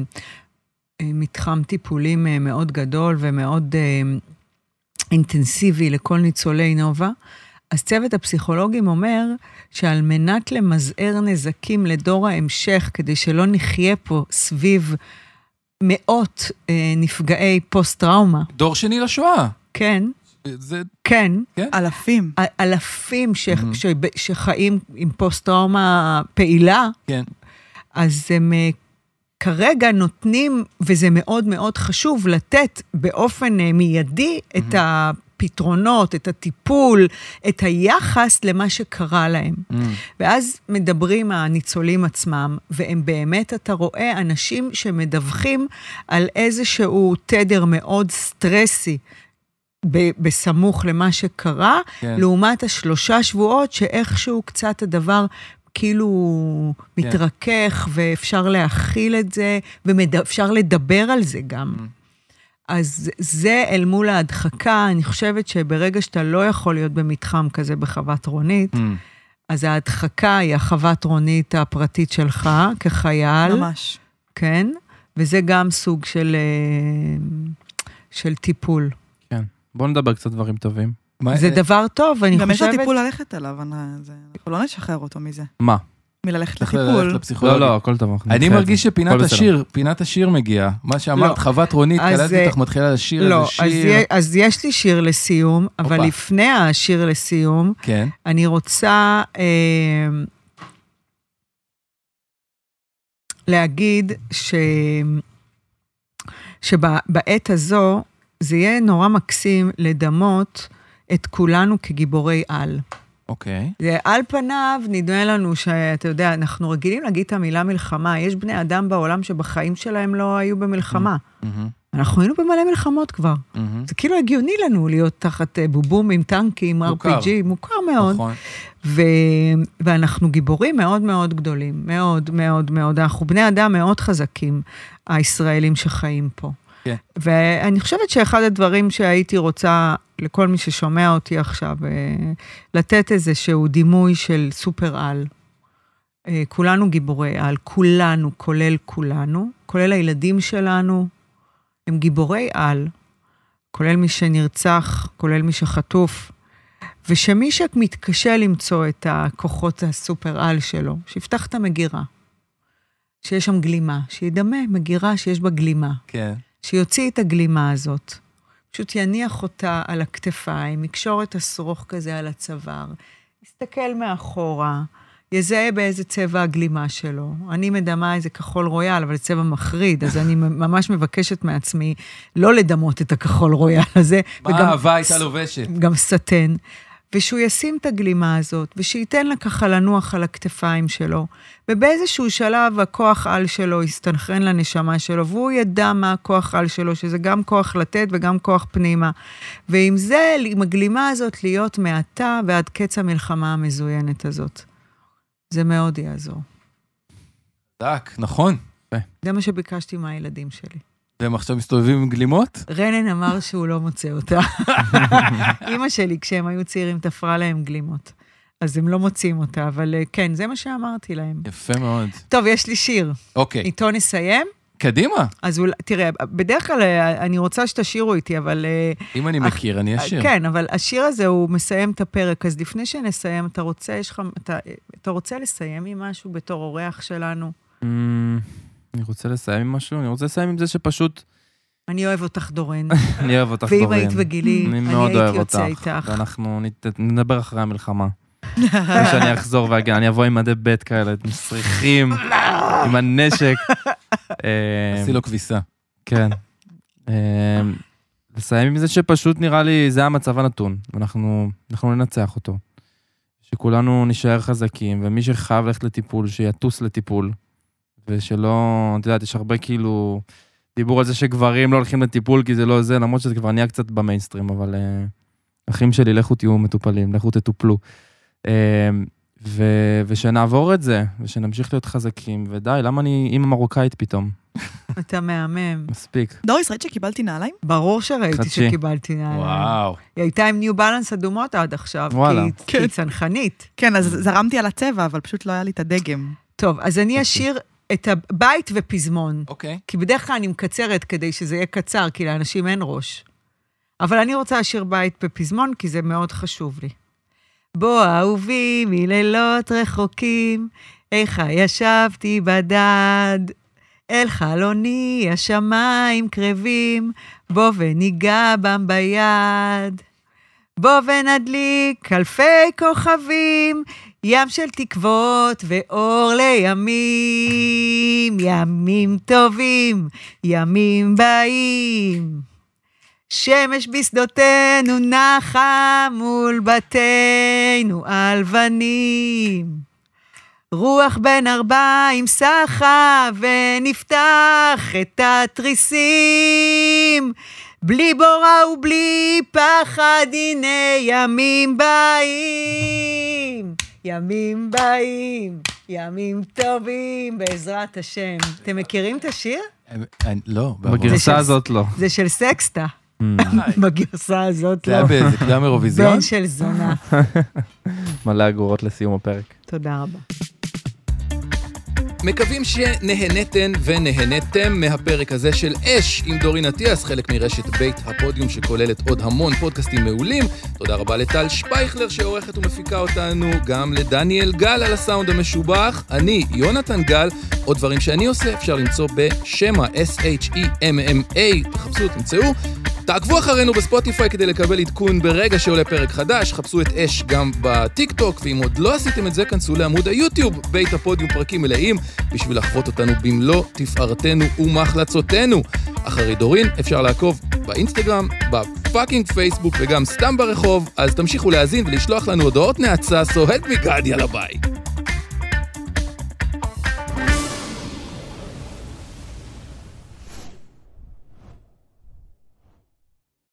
מתחם טיפולים מאוד גדול ומאוד אינטנסיבי לכל ניצולי נובה, אז צוות הפסיכולוגים אומר שעל מנת למזער נזקים לדור ההמשך, כדי שלא נחיה פה סביב מאות נפגעי פוסט-טראומה. דור שני לשואה. כן. זה... כן. כן? אלפים. אלפים ש, ש, שחיים עם פוסט-טראומה פעילה, כן. אז הם כרגע נותנים, וזה מאוד מאוד חשוב, לתת באופן מיידי את הפתרונות, את הטיפול, את היחס למה שקרה להם. ואז מדברים הניצולים עצמם, והם באמת, אתה רואה, אנשים שמדווחים על איזשהו תדר מאוד סטרסי, בסמוך למה שקרה, כן. לעומת השלושה שבועות, שאיכשהו קצת הדבר כאילו כן. מתרכך, ואפשר להכיל את זה, ואפשר לדבר על זה גם. Mm. אז זה אל מול ההדחקה, אני חושבת שברגע שאתה לא יכול להיות במתחם כזה בחוות רונית, mm. אז ההדחקה היא החוות רונית הפרטית שלך, כחייל. ממש. כן, וזה גם סוג של, של טיפול. כן. בואו נדבר קצת דברים טובים. זה דבר טוב, אני גם חושבת... גם יש טיפול ללכת עליו, אנחנו לא נשחרר אותו מזה. מה? מללכת לטיפול. לא, לא, הכל טוב. אני מרגיש שפינת השיר, פינת השיר מגיעה. מה שאמרת, חוות רונית, קלטתי אותך מתחילה לשיר איזה שיר. לא, אז יש לי שיר לסיום, אבל לפני השיר לסיום, אני רוצה להגיד שבעת הזו, זה יהיה נורא מקסים לדמות את כולנו כגיבורי על. אוקיי. זה על פניו, נדמה לנו שאתה יודע, אנחנו רגילים להגיד את המילה מלחמה, יש בני אדם בעולם שבחיים שלהם לא היו במלחמה. אנחנו היינו במלא מלחמות כבר. זה כאילו הגיוני לנו להיות תחת בובום עם טנקים, אר פי ג'י, מוכר מאוד. נכון. ואנחנו גיבורים מאוד מאוד גדולים, מאוד מאוד מאוד, אנחנו בני אדם מאוד חזקים, הישראלים שחיים פה. ואני חושבת שאחד הדברים שהייתי רוצה, לכל מי ששומע אותי עכשיו, לתת איזשהו דימוי של סופר על. כולנו גיבורי על, כולנו, כולל כולנו, כולל הילדים שלנו, הם גיבורי על, כולל מי שנרצח, כולל מי שחטוף, ושמי שמתקשה למצוא את הכוחות הסופר על שלו, שיפתח את המגירה, שיש שם גלימה, שידמה מגירה שיש בה גלימה. כן. שיוציא את הגלימה הזאת, פשוט יניח אותה על הכתפיים, יקשור את השרוך כזה על הצוואר, יסתכל מאחורה, יזהה באיזה צבע הגלימה שלו. אני מדמה איזה כחול רויאל, אבל צבע מחריד, אז אני ממש מבקשת מעצמי לא לדמות את הכחול רויאל הזה. מה אהבה הייתה לובשת? גם סטן. ושהוא ישים את הגלימה הזאת, ושייתן לה ככה לנוח על הכתפיים שלו, ובאיזשהו שלב הכוח על שלו יסתנכרן לנשמה שלו, והוא ידע מה הכוח על שלו, שזה גם כוח לתת וגם כוח פנימה. ועם זה, עם הגלימה הזאת, להיות מעתה ועד קץ המלחמה המזוינת הזאת. זה מאוד יעזור. דק, נכון. זה מה שביקשתי מהילדים שלי. והם עכשיו מסתובבים עם גלימות? רנן אמר שהוא לא מוצא אותה. אמא שלי, כשהם היו צעירים, תפרה להם גלימות. אז הם לא מוצאים אותה, אבל כן, זה מה שאמרתי להם. יפה מאוד. טוב, יש לי שיר. אוקיי. איתו נסיים? קדימה. אז תראה, בדרך כלל אני רוצה שתשירו איתי, אבל... אם אני מכיר, אני אשיר. כן, אבל השיר הזה הוא מסיים את הפרק, אז לפני שנסיים, אתה רוצה, יש לך, אתה, אתה רוצה לסיים עם משהו בתור אורח שלנו? אני רוצה לסיים עם משהו, אני רוצה לסיים עם זה שפשוט... אני אוהב אותך דורן. אני אוהב אותך דורן. ואם היית בגילי, אני הייתי יוצא איתך. ואנחנו נדבר אחרי המלחמה. שאני אחזור ואגיד, אני אבוא עם מדי בית כאלה, מסריחים, עם הנשק. עשי לו כביסה. כן. לסיים עם זה שפשוט נראה לי, זה המצב הנתון, ואנחנו ננצח אותו. שכולנו נשאר חזקים, ומי שחייב ללכת לטיפול, שיטוס לטיפול. ושלא, אתה יודעת, יש הרבה כאילו, דיבור על זה שגברים לא הולכים לטיפול, כי זה לא זה, למרות שזה כבר נהיה קצת במיינסטרים, אבל uh, אחים שלי, לכו תהיו מטופלים, לכו תטופלו. Uh, ו- ושנעבור את זה, ושנמשיך להיות חזקים, ודי, למה אני אימא מרוקאית פתאום? אתה מהמם. מספיק. דוריס, ראית שקיבלתי נעליים? ברור שראיתי חצי. שקיבלתי נעליים. וואו. היא הייתה עם ניו בלנס אדומות עד עכשיו, וואלה. כי, כן. כי היא צנחנית. כן, אז זרמתי על הצבע, אבל פשוט לא היה לי את הדגם. טוב, אז אני אשיר את הבית ופזמון. אוקיי. כי בדרך כלל אני מקצרת כדי שזה יהיה קצר, כי לאנשים אין ראש. אבל אני רוצה לשיר בית בפזמון, כי זה מאוד חשוב לי. בוא אהובי מלילות רחוקים, איך ישבתי בדד, אל חלוני השמיים קרבים, בוא וניגע בם ביד. בוא ונדליק אלפי כוכבים, ים של תקוות ואור לימים, ימים טובים, ימים באים. שמש בשדותינו נחה מול בתינו הלבנים. רוח בין ארבעים סחה ונפתח את התריסים. בלי בורא ובלי פחד, הנה ימים באים. ימים באים, ימים טובים, בעזרת השם. אתם מכירים את השיר? לא. בגרסה הזאת לא. זה של סקסטה. בגרסה הזאת לא. זה היה באיזה קדם אירוויזיון? בן של זונה. מלא אגורות לסיום הפרק. תודה רבה. מקווים שנהנתן ונהנתם מהפרק הזה של אש עם דורין אטיאס, חלק מרשת בית הפודיום שכוללת עוד המון פודקאסטים מעולים. תודה רבה לטל שפייכלר שעורכת ומפיקה אותנו, גם לדניאל גל על הסאונד המשובח. אני יונתן גל, עוד דברים שאני עושה אפשר למצוא בשמה, אס אייץ' אי אם אם איי, תחפשו, תמצאו. תעקבו אחרינו בספוטיפיי כדי לקבל עדכון ברגע שעולה פרק חדש, חפשו את אש גם בטיק טוק, ואם עוד לא עשיתם את זה, כנסו לעמוד היוטיוב, בית הפודיום פרקים מלאים, בשביל לחוות אותנו במלוא תפארתנו ומחלצותינו. אחרי דורין אפשר לעקוב באינסטגרם, בפאקינג פייסבוק וגם סתם ברחוב, אז תמשיכו להאזין ולשלוח לנו הודעות נאצה, סוהד מגד, יאללה ביי.